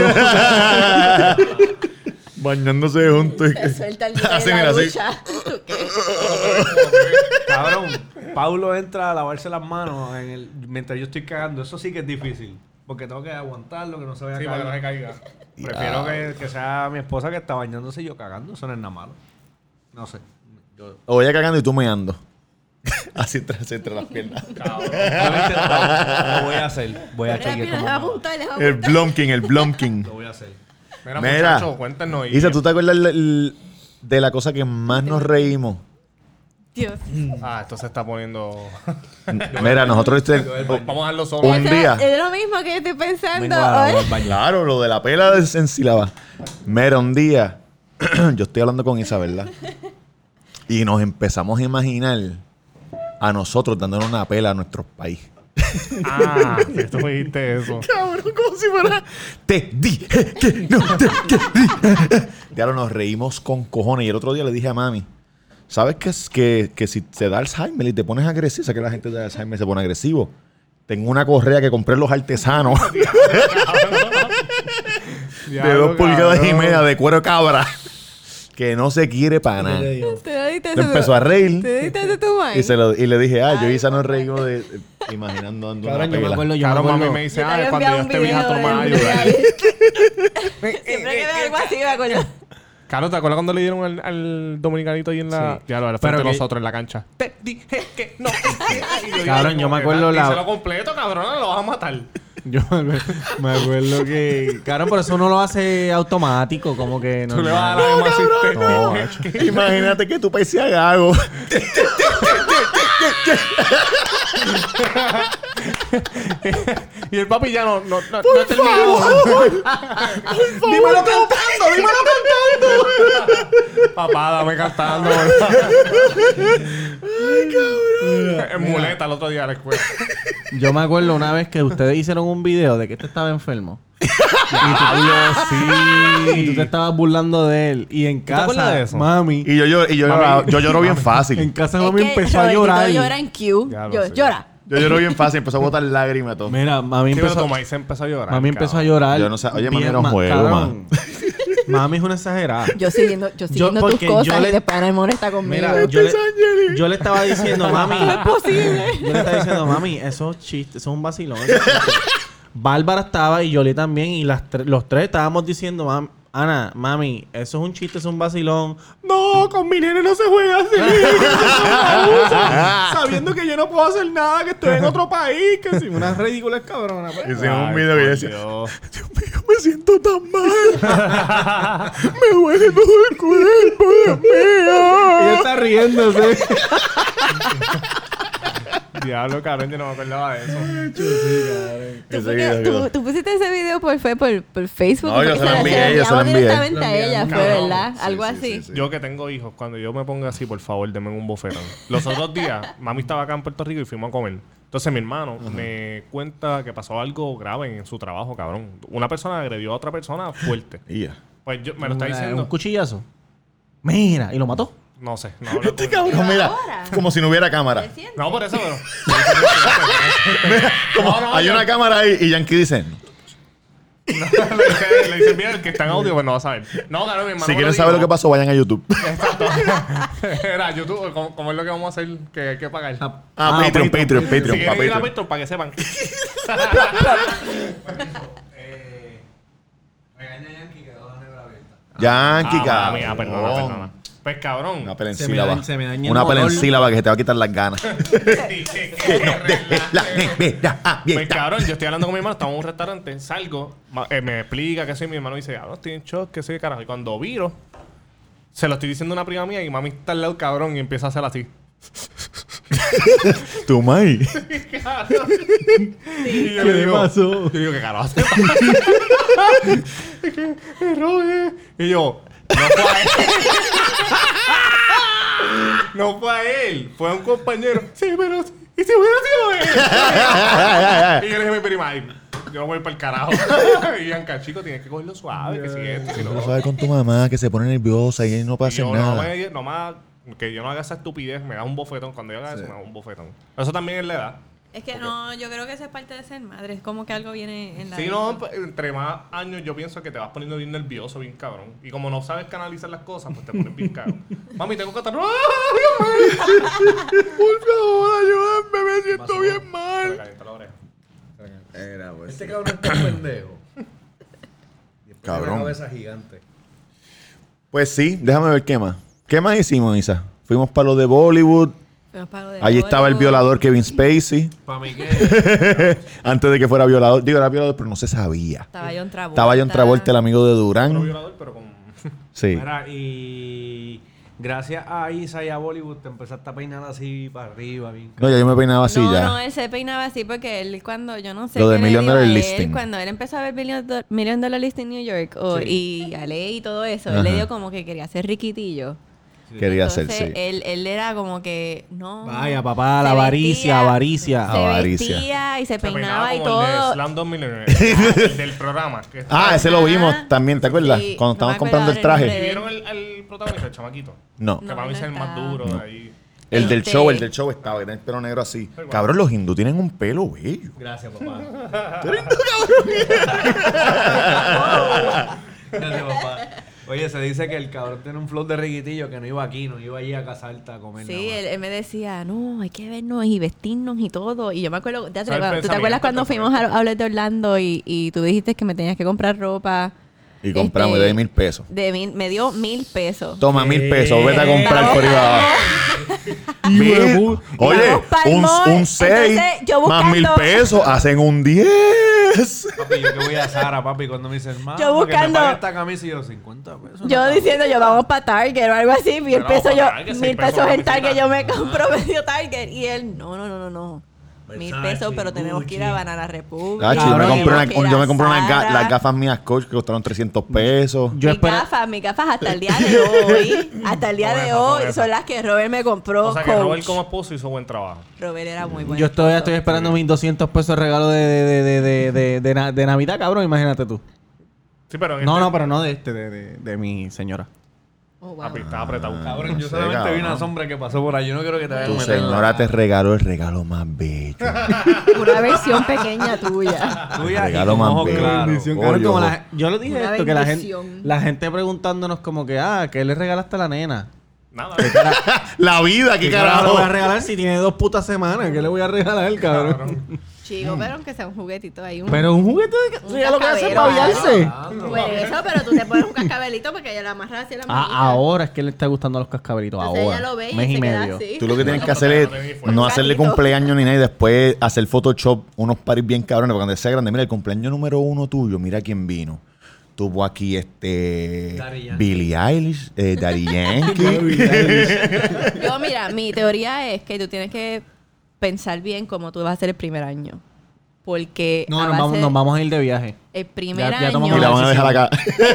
Bañándose juntos. Suelta el Así, de mira, la así. ducha. ¿Tú qué? Cabrón, Paulo entra a lavarse las manos mientras yo estoy cagando. Eso sí que es difícil. Porque tengo que aguantarlo, que no se vaya a Sí, para que no se caer. caiga. Prefiero que sea mi esposa que está bañándose y yo cagando. Eso no es nada malo. No sé. Yo... O ella cagando y tú meando. Así entre las piernas. Lo voy a hacer. Voy a Mira, chequear mira, cómo les va a me va. apuntar, les va a El apuntar. blomking. Lo voy a hacer. Mira, Mira. muchachos, cuéntenos. Isa, ¿tú te acuerdas de la cosa que más nos reímos? Dios. Esto se está poniendo... Mira, nosotros Vamos a dejarlo solo. Un día. Es lo mismo que estoy pensando. Vengo a hoy. bañar. Claro, lo de la pela de ensilaba. Mira, un día, yo estoy hablando con Isa, ¿verdad? Y nos empezamos a imaginar a nosotros dándonos una pela a nuestro país. Si tú dijiste eso. Cabrón, como si fuera... Te dije que no te quería. Ya nos reímos con cojones. Y el otro día le dije a mami, ¿sabes que si te da Alzheimer y te pones agresivo, sé que la gente de Alzheimer se pone agresivo? Tengo una correa que compré en los artesanos de 2 pulgadas y media de cuero de cabra que no se quiere para nada. Te diste Se empezó a reír. Te diste de tu madre. Y le dije, yo y Isa nos reímos de imaginando dando una Cabrón, yo me pela. acuerdo, Claro, mami me dice, Yo te había cuando yo enviado esté un vieja, tú no me vas a video ayudar. Siempre que veo algo así me acuerdo. Claro, ¿te acuerdas cuando le dieron al dominicanito ahí en la... Sí. Ya lo, al Pero frente de que- nosotros en la cancha. Te dije que no. Cabrón, yo me acuerdo la- Díselo completo, cabrón, lo vas a matar. Yo me acuerdo que... Claro, pero eso uno lo hace automático, como que... Tú le vas a dar normal. la misma No, Imagínate que tu país sea gago. Y el papi ya no terminó. ¡Dímelo cantando! ¡Dímelo cantando! Papá, dame cantando. En muleta el otro día a la escuela. Yo me acuerdo una vez que ustedes hicieron un video de que este estaba enfermo. Y tú te estabas burlando de él. Y en te acuerdas casa, de eso? mami... Y yo lloro bien En fácil. casa Es mami que empezó a Robertito llorar. llora en Q. Ya lo sé. Llora. Yo lloro bien fácil. Empezó a botar lágrimas todo. Mira, mami Sí, pero empezó... tu maíz se empezó a llorar. Mami empezó a cabrón. llorar. Yo no sé- oye, mami, bien era un ma- juego, cabrón. Mami es una exagerada. Yo siguiendo tus porque yo cosas le- y después Ana molesta conmigo. Mira, yo le estaba diciendo, mami. No es posible. Yo le estaba diciendo, mami, eso es chiste, eso es un vacilón. eso es chiste. Bárbara estaba y Yoli también. Y los tres estábamos diciendo, Ana, mami, eso es un chiste, eso es un vacilón. No, con mi nene no se juega así. Sabiendo que yo no puedo hacer nada, que estoy en otro país. Que sí, unas ridículas cabronas. pues. Hicimos un Ay, video que por decía, Dios. Dios mío, me siento tan mal. Me duele todo el cuerpo, Dios mío. Ella está riéndose. Diablo, cabrón, yo no me acordaba de eso. Ese video Tú pusiste ese video por Facebook. No, yo porque se lo envié, yo se lo envié. directamente a ella, fue, Cabrón. ¿verdad? Sí, Algo sí, así. sí, sí. Yo que tengo hijos, cuando yo me ponga así, por favor, denme un bofetón. Los otros días, mami estaba acá en Puerto Rico y fuimos a comer. Entonces mi hermano me cuenta que pasó algo grave en su trabajo, cabrón. Una persona agredió a otra persona fuerte. Y ya. Pues yo, me lo está Un diciendo. cuchillazo. Mira, y lo mató. No sé. Este cabrón, mira, ahora? como si no hubiera cámara. No, por eso, pero. Como No, hay yo- una cámara ahí y Yankee dice, le dicen, mira, el que está en audio, pues no va a saber. No, claro, mi hermano. si me quieren lo saber lo dijo. que pasó, vayan a YouTube. Exacto. Era YouTube, como es lo que vamos a hacer, que hay que pagar. Patreon, Patreon, Si para quieren ir a Patreon. Patreon, para que sepan. Yankee, Mala mía, cabrón. perdona. Pues cabrón. Una pela en Se me sílaba. daña- se me daña el Una pela en motor. sílaba que se te va a quitar las ganas. Pues cabrón, yo estoy hablando con mi hermano, estamos en un restaurante, salgo, me explica que soy mi hermano y dice, estoy en shock, que soy de carajo. Y cuando viro, se lo estoy diciendo a una prima mía y mami está al lado cabrón y empieza a hacer así. Tu mai. Y yo ¿Qué le le digo, pasó? Yo digo, ¿qué carajo hace? Es que Robert. Y yo, no fue a él. No fue a él, fue a un compañero. Sí, pero ¿y si hubiera sido él? Y yo le dije a mi prima, "Ay, yo voy para el carajo." Y Bianca, chico, tienes que cogerlo suave, que si esto, si lo No otro. sabes con tu mamá que se pone nerviosa y no puede Y hacer yo, nada. no más, que yo no haga esa estupidez, me da un bofetón. Cuando yo haga eso, me da un bofetón. Eso también es la edad. Es que no, yo creo que eso es parte de ser madre. Es como que algo viene en la Sí, vida. no, entre más años yo pienso que te vas poniendo bien nervioso, bien cabrón. Y como no sabes canalizar las cosas, pues te pones bien cabrón. Mami, tengo que estar... ¡Ah, Dios mío! Por favor, ayúdame, me siento bien Me mal. calienta la oreja. Era, pues. Este cabrón está pendejo. Cabrón. Una cabeza gigante. Pues sí, déjame ver qué más. ¿Qué más hicimos, Isa? Fuimos para lo de Bollywood. Fuimos para lo de Allí estaba el Bollywood. violador Kevin Spacey. Para mí que... Antes de que fuera violador. Digo, era violador, pero no se sabía. Estaba John Travolta. Estaba John Travolta, el amigo de Pero Durán. violador, pero con... Sí. Mira, y gracias a Isa y a Bollywood te empezaste a peinar así para arriba, bien. No, ya yo me peinaba así No, ya. no, él se peinaba así porque él cuando, yo no sé Lo de qué le Million dio Dollar a él, Listing. cuando él empezó a ver Million Dollar Listing New York y a Ley y todo eso, él Ajá. le dio como que quería ser riquitillo. Quería Entonces, hacer, sí. él era como que, no. Vaya, papá, la se avaricia, avaricia. Se Avaricia. vestía y se Se peinaba y como el de todo. Slumdog Millionaire. El del programa. Que Ah, ese lo Ajá. vimos también, ¿te acuerdas? Sí, Cuando no me estábamos comprando el acuerdo ahora el traje. ¿Y nombre. vieron el protagonista, el chamaquito? No. Que No, para mí no es el más está. duro No. de ahí. El del Este- show estaba, que tenía el pelo negro así. Cabrón, los hindú tienen un pelo bello. Gracias, papá. Tú eres hindú, Gracias, papá. Oye, se dice que el cabrón tiene un flow de riquitillo que no iba aquí, no iba allí a casarte a comer. Sí, nada más. él me decía, no, hay que vernos y vestirnos y todo. Y yo me acuerdo, ¿tú te Sabe el acuerdas pensamiento cuando fuimos a Outlet de Orlando y tú dijiste que me tenías que comprar ropa? Y compramos Este, de 1,000 pesos. Me dio 1,000 pesos. Toma 1,000 pesos, vete a comprar por ahí abajo. Oye, Vamos pa'l un mall. 6 Entonces, yo más 1,000 buscando- pesos hacen un 10. Papi, yo que voy a Sara, papi, cuando me dicen, mamá, Yo que me buscando- pague esta camisa y yo, 50 pesos. Yo no, diciendo, yo vamos para Target o algo así, 1,000 Pero pesos, vamos pa' Target, 1,000 6 pesos pesos la en Target, camiseta. yo me compro medio Target. Y él, no. 1,000 pesos, pero tenemos que ir a Banana Republic. Ah, chico, yo me tenemos compré, que ir a yo me compré Zara. las gafas mías Coach que costaron 300 pesos. Yo espero... Mis gafas hasta el día de hoy, hasta el día Con de esa, con hoy, esa. son las que Robert me compró. O sea que Coach. Robert como esposo hizo buen trabajo. Robert era muy bueno. Yo estoy esperando mis 200 pesos de regalo de Navidad, cabrón, imagínate tú. Sí, pero No, pero no de mi señora. Oh, wow. Papi, estaba apretado. Cabrón, yo Sí, solamente vi cabrón. una sombra que pasó por ahí. Yo no creo que te vayas a Tu meter en la- señora te regaló el regalo más bello. Una versión pequeña tuya. Tuya y regalo con más ojos bello. claros. Bendición, Oye, cabrón, como ojo. yo lo dije Una esto, que bendición. la gente preguntándonos como que, ¿qué le regalaste a la nena? Nada. La vida, qué ¿Qué carajo le carajo. voy a regalar si tiene 2 putas semanas? ¿Qué le voy a regalar, cabrón? Chico, pero aunque sea un juguetito ahí. Pero un juguete de ya lo que hace para aviarse. Pues eso, pero tú te pones un cascabelito porque ella la amarras así a la manita. Ahora es que le está gustando los cascabelitos. Entonces Ahora. ella lo ve y Mes se y queda medio. así. Tú lo que tienes que No, hacer pero no es te no un hacerle gatito. cumpleaños ni nada y después hacer Photoshop, unos paris bien cabrones, porque cuando sea grande, mira, el cumpleaños número 1 tuyo, mira quién vino. Tuvo aquí Daddy Yankee. Billie Eilish, Daddy Yankee. Yo, mira, mi teoría es que tú tienes que pensar bien cómo tú vas a hacer el primer año. Porque No, a nos base- vamos, nos vamos a ir de viaje. el primer Ya tomamos y año... la van a dejar acá.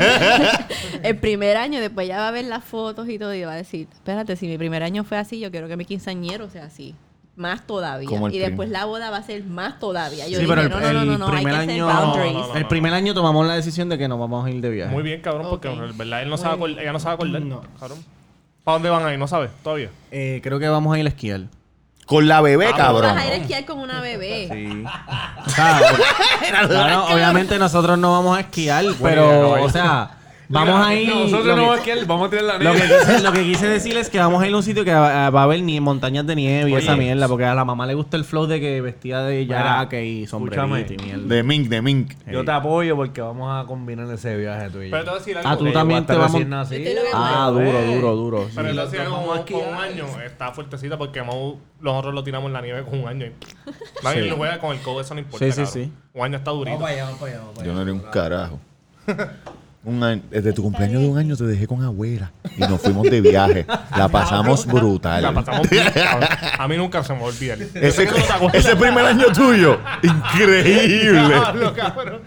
El primer año, después ya va a ver las fotos y todo y va a decir, espérate, si mi primer año fue así, yo quiero que mi quinceañero sea así. Más todavía. Como el Y después prim- la boda va a ser más todavía. Yo Sí, dije, pero no, hay primer que año, hacer boundaries. No. el primer año tomamos la decisión de que nos vamos a ir de viaje. Muy bien, cabrón, porque Ok. en verdad él no sabe ella no sabe acordar. Cabrón. ¿Para dónde van a ir? No sabes todavía. Creo que vamos a ir a esquiar. Con la bebé, Tú cabrón. vas a ir a esquiar con una bebé. Sí. O sea, claro, obviamente nosotros no vamos a esquiar, pero, o sea, vamos a ir. Nosotros lo no que- vamos a esquiar, vamos a tirar la Lo nieve. que quise decir es que vamos a ir a un sitio que va a haber ni montañas de nieve y Oye, esa mierda, porque a la mamá le gusta el flow de que vestía de Mira, jaque y sombrerito y escúchame. mierda. De Mink. Yo te apoyo porque vamos a combinar ese viaje tú y yo. Pero te voy a decir algo. Ah, tú que- también te vamos- recién nacido. Yo estoy loca Ah, por- duro. Pero él sí. hacía Vamos como a con esquiar. un año. Está fuertecita porque nosotros lo tiramos en la nieve con un año. Nadie lo juega con el codo, eso no importa. Sí, sí, cabrón. sí. Un año está durito. vamos para allá. Yo no haría un carajo. Desde tu cumpleaños de un año te dejé con abuela y nos fuimos de viaje. La pasamos brutal. La pasamos bien, cabrón. A mí nunca se me va a olvidar. Ese primer año tuyo, increíble. Diablo, cabrón.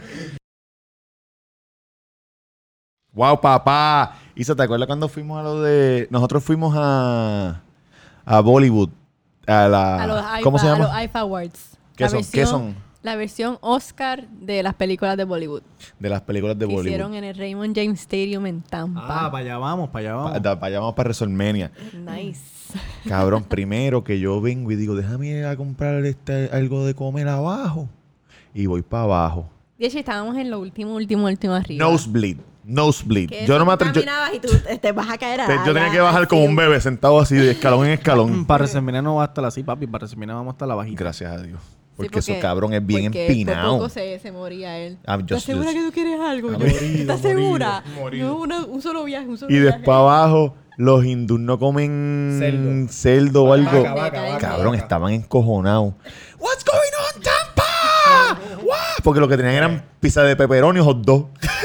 Wow, papá. Isa, ¿te acuerdas cuando fuimos a lo de... Nosotros fuimos a Bollywood. A los ¿Cómo se A los llama? IFA Awards. ¿Qué La son? ¿Qué son? La versión Oscar de las películas de Bollywood. De las películas de Que hicieron Bollywood. en el Raymond James Stadium en Tampa. Para allá vamos. Para allá vamos para WrestleMania. Nice. Cabrón, primero que yo vengo y digo, déjame ir a comprar algo de comer abajo. Y voy para abajo. De hecho, estábamos en lo último arriba. Nosebleed. Que Yo eso no me tú atrevo. Yo, caminabas y tú te vas a caer yo tenía que bajar como un bebé sentado así de escalón en escalón. Para WrestleMania no va a estar así, papi. Para WrestleMania vamos a estar la bajita. Gracias a Dios. Porque eso cabrón es bien Por empinado. poco se moría él. Ah, ¿Estás segura que tú quieres algo? Morido, ¿Estás segura? morido. No, un solo viaje, Y después abajo, los hindús no comen cerdo o algo. Cabrón, estaban encojonados. What's going on, Tampa? What? Porque lo que tenían eran pizza de pepperoni o hot dog.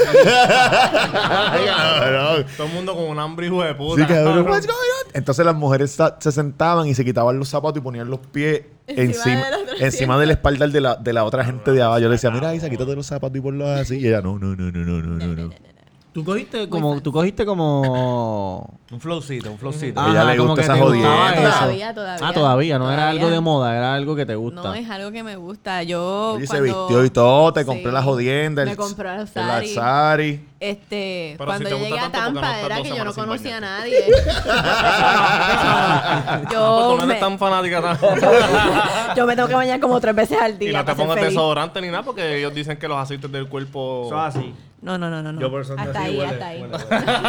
Cabrón. Todo el mundo con un hambre hijo de puta. Sí, cabrón. What's going on? Entonces las mujeres se sentaban y se quitaban los zapatos y ponían los pies encima de la espalda de la otra gente de abajo. Yo le decía, mira, Isa, quítate los zapatos y ponlos así. Y ella, no. Tú cogiste como... Un flowcito. A ella le como gusta que esa te gustaba jodienda. eso. Todavía. Todavía. No era algo de moda, era algo que te gusta. No, es algo que me gusta. Yo Oye, se cuando... vistió y todo, te compré Sí. la jodienda. Me compró el el sari. sari. Pero Cuando si te yo llegué gusta a tanto, ¿por qué no Tampa estás era 2 que yo no semanas sin conocía a bañarte? nadie. Yo Tú no eres tan fanática. yo me tengo que bañar como 3 veces al día. Y no te para ser pongas feliz. desodorante ni nada porque ellos dicen que los aceites del cuerpo... Eso es así. No. Yo por eso no Hasta así, ahí, huele, hasta ahí. huele.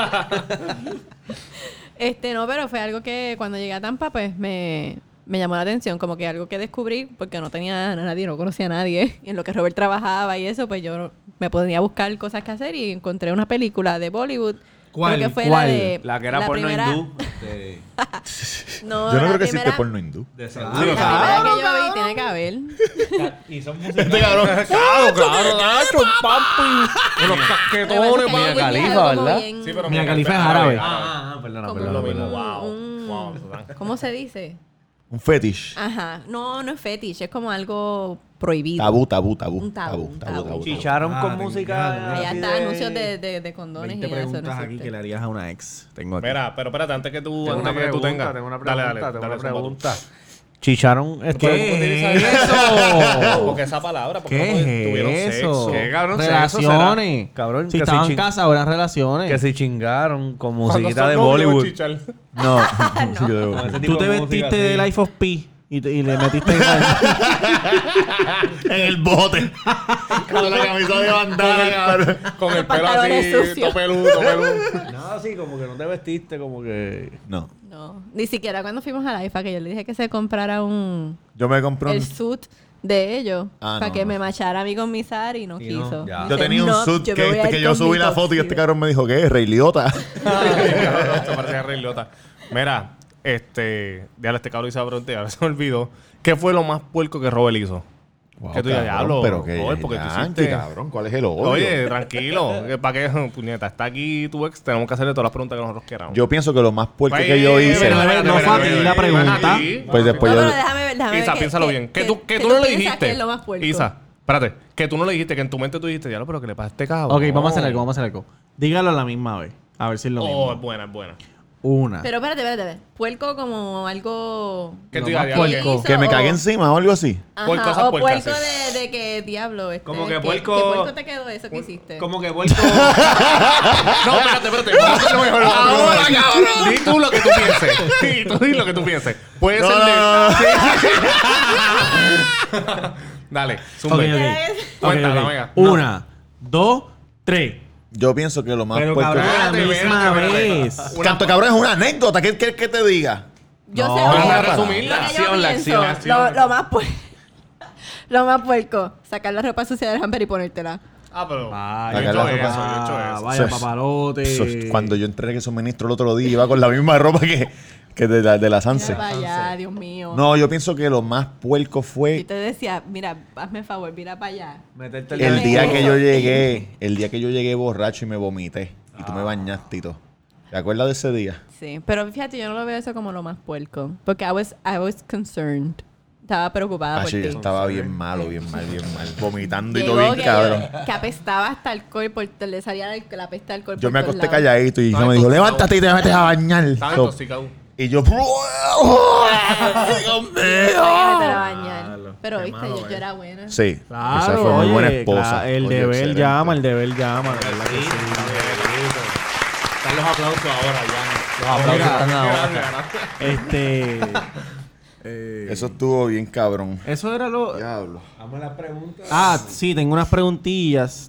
No, pero fue algo que cuando llegué a Tampa, pues me llamó la atención, como que algo que descubrí, porque no tenía a nadie, no conocía a nadie. Y en lo que Robert trabajaba y eso, pues yo me podía buscar cosas que hacer y encontré una película de Bollywood. ¿Cuál? Creo que fue ¿Cuál? la de... La que era porno primera- hindú. No, Yo no la creo que existe primera- porno hindú. De La seguro. primera que yo vi tiene que haber. Y son música. Este cabrón. Claro, Nacho, papi. Con los casquetones, Mia papi. Khalifa, ¿verdad? Sí, pero Mia Khalifa es árabe. Perdona. Como Lo mismo, un- wow. ¿Cómo se dice? Un fetish. Ajá. No es fetish, es como algo prohibido. Tabú. Un tabú. Chicharon con tengo música. Allá así está de- anuncios de condones 20 y eso. preguntas No aquí existe. que le harías a una ex. Tengo aquí. Mira, pero espérate, antes que tú, Tengo una antes que tú tengas. pregunta, Dale, tengo una zumba tú. pregunta. Chicharon. ¿Qué es eso? eso? Porque esa palabra, porque ¿Qué no es tuvieron eso? sexo. ¿Qué, cabrón? Relaciones. Sexo será. Cabrón, si que estaban si en casa, eran relaciones. Que si chingaron con Cuando musiquita son de novios, Bollywood. chichar. No. Sí, Con ese Tú tipo te de música vestiste así. de Life of Pi y le metiste en el bote. Con la camisa de bandana, cabrón. Con el Los pelo pantalones así, sucios. todo peludo. Nada así, como que no te vestiste, como que. No. No, ni siquiera cuando fuimos a la IFA, que yo le dije que se comprara Yo me compré el un... suit de ellos para no, que no. me machara a mí con mi sari y no Y no, quiso. ya. Yo Dice, tenía un "No, suit yo me voy a que ir yo con subí mi la foto y este tuxedo". cabrón me dijo, ¿qué? Rey Liotta. Esto parecía Rey Liotta. Mira, ya este cabrón hizo la pregunta y ahora se me olvidó. ¿Qué fue lo más puerco que Robert hizo? Wow, Que tú digas, cabrón, diablo, pero que Robert, porque tú yankee, hiciste... cabrón, ¿cuál es el odio? Oye, tranquilo. ¿Para qué? Puñeta, está aquí tu ex. Tenemos que hacerle todas las preguntas que nosotros queramos. Yo pienso que lo más puerco Pues, que yo hice... pero no fue a ti la pregunta. Pues después No, yo... pero déjame ver. Isa, que- piénsalo que- bien. Que que- tú que no le piensas dijiste. que es lo más puerco. Isa, espérate. Que tú no le dijiste, que en tu mente tú dijiste, diablo, pero que le pasa a este cabrón. Ok, vamos a hacer algo. Dígalo a la misma vez. A ver si es lo Oh, mismo. es buena, es buena. Una. Pero espérate. Puerco como algo... Que Lo tú digas, más diablo, puerco. que- Que me cague encima o algo así. Ajá, Puerco, esas o puercas, puerco sí. de que diablo. Como que ¿qué puerco- te quedó eso que hiciste? Como que vuelto. No, espérate. Vamos a hacerlo mejor. Ahora, cabrón. Di tú lo que tú pienses. Sí, tú di lo que tú pienses. Puede No, ser no, de... no, no. Sí. Dale, Ok, zumba. ok. Cuéntala, Ok. venga. Una, dos, tres. Yo pienso que lo más Pero puerco... cabrón, a la Espérate, misma espérate. vez. Canto cabrón es una anécdota. ¿Qué quieres que te diga? Yo No, sé Vamos a lo que resumirla. yo La pienso, acción. Lo más puerco. Lo más puerco. Sacar la ropa sucia del hamper y ponértela. Ah, pero... Vaya, yo he Sacar la hecho ropa. eso, yo he hecho eso. Vaya Eso es- papalote. Eso es cuando yo entregué esos ministros el otro día, iba con la misma ropa que de la Mira Sanse. para allá, Dios mío. No, yo pienso que lo más puerco Y fue te decía, mira, hazme favor, mira para allá. Meterte el me día eso. que yo llegué borracho y me vomité. Y tú me bañaste y todo. ¿Te acuerdas de ese día? Sí, pero fíjate, yo no lo veo eso como lo más puerco. Porque I was concerned. Estaba preocupada por Sí, yo ti. estaba bien mal. Vomitando y Llegó todo bien, que, cabrón. que apestaba hasta alcor, le salía la pesta del alcohol. Yo por me todos acosté lados. calladito y Estaba me dijo, intoxicado. levántate y te metes a bañar. Estaba So, intoxicado. y yo... Tenía que meter a bañar. Pero viste, yo era buena. Sí, esa Claro, fue muy buena oye, esposa. el Oye, deber excelente. llama, el deber llama. de verdad que sí. Están los aplausos ahora, ya. Los aplausos están ahora. Eso estuvo bien cabrón. Eso era lo... Diablo. Vamos a las preguntas. Ah, sí, tengo unas preguntillas.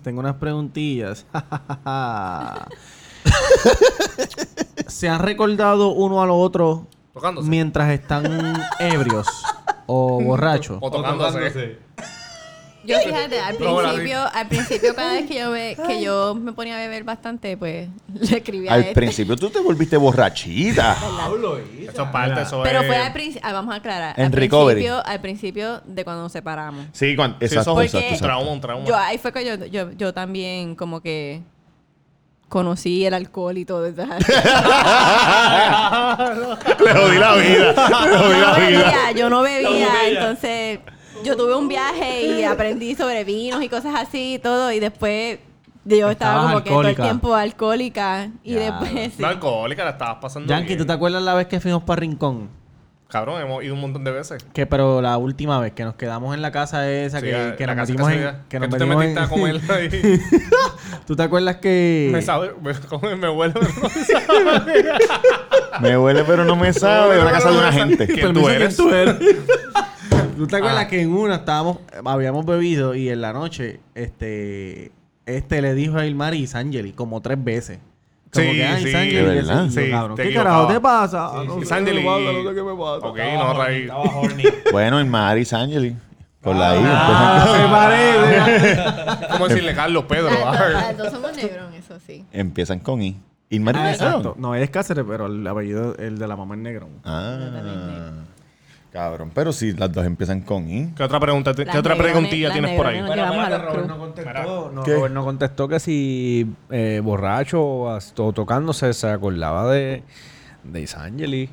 ¿Se han recordado uno a lo otro Tocándose. mientras están ebrios o borrachos? O tocándose. Yo fíjate, al Robert, principio cada vez que yo me ponía a beber bastante, pues le escribía a Al este. principio tú te volviste borrachita. Eso es parte, eso Pero es... fue al principio, vamos a aclarar. En recovery. Al principio de cuando nos separamos. Sí, Sí, eso exacto, es Porque- un trauma, un trauma. Ahí fue que yo también como que conocí el alcohol y todo. Le jodí la vida. Le jodí la vida. Yo no bebía, entonces yo tuve un viaje y aprendí sobre vinos y cosas así y todo, y después yo estaba Estabas como que todo el alcohólica. tiempo alcohólica y después sí. No alcohólica, la estabas pasando Yankee, bien. ¿tú te acuerdas la vez que fuimos para Rincón? Cabrón, hemos ido un montón de veces. Pero la última vez que nos quedamos en la casa esa, Sí, que la nos casa metimos se en... veía. Que Que nos tú te metimos metiste en- a comer ahí. ¿Tú te acuerdas que... Me sabe, me huele, pero no me sabe. Me huele, pero no me sabe. Una casa de una gente. ¿Quién Permiso, tú eres? ¿quién tú eres? ¿Tú te acuerdas que en una habíamos bebido y en la noche este le dijo a Ilmari y Sangeli como 3 veces? Como Sí, que, ay, sí, Sangeli, de que verdad. sí, yo, Sí, cabrón, te ¿qué equivocaba. carajo te pasa? No sé qué Sangeli. me pasa, no sé qué me pasa. Ok, no reír. Bueno, el Maris Angeli. Con la I. Se parece. ¿Cómo decirle Carlos Pedro? Las dos somos negros, eso sí. Empiezan con I. ¿Y Maris Ah, Negrón? exacto. No, él es Cáceres, pero el apellido, el de la mamá es Negrón. Ah. Cabrón, pero si las dos empiezan con I. ¿Qué otra pregunta, qué Las otra negrones- preguntilla las tienes por ahí? negrones nos llevamos a los Robert cruz. no contestó. No, ¿Qué? Robert no contestó que si borracho o tocándose se acordaba de Isangeli.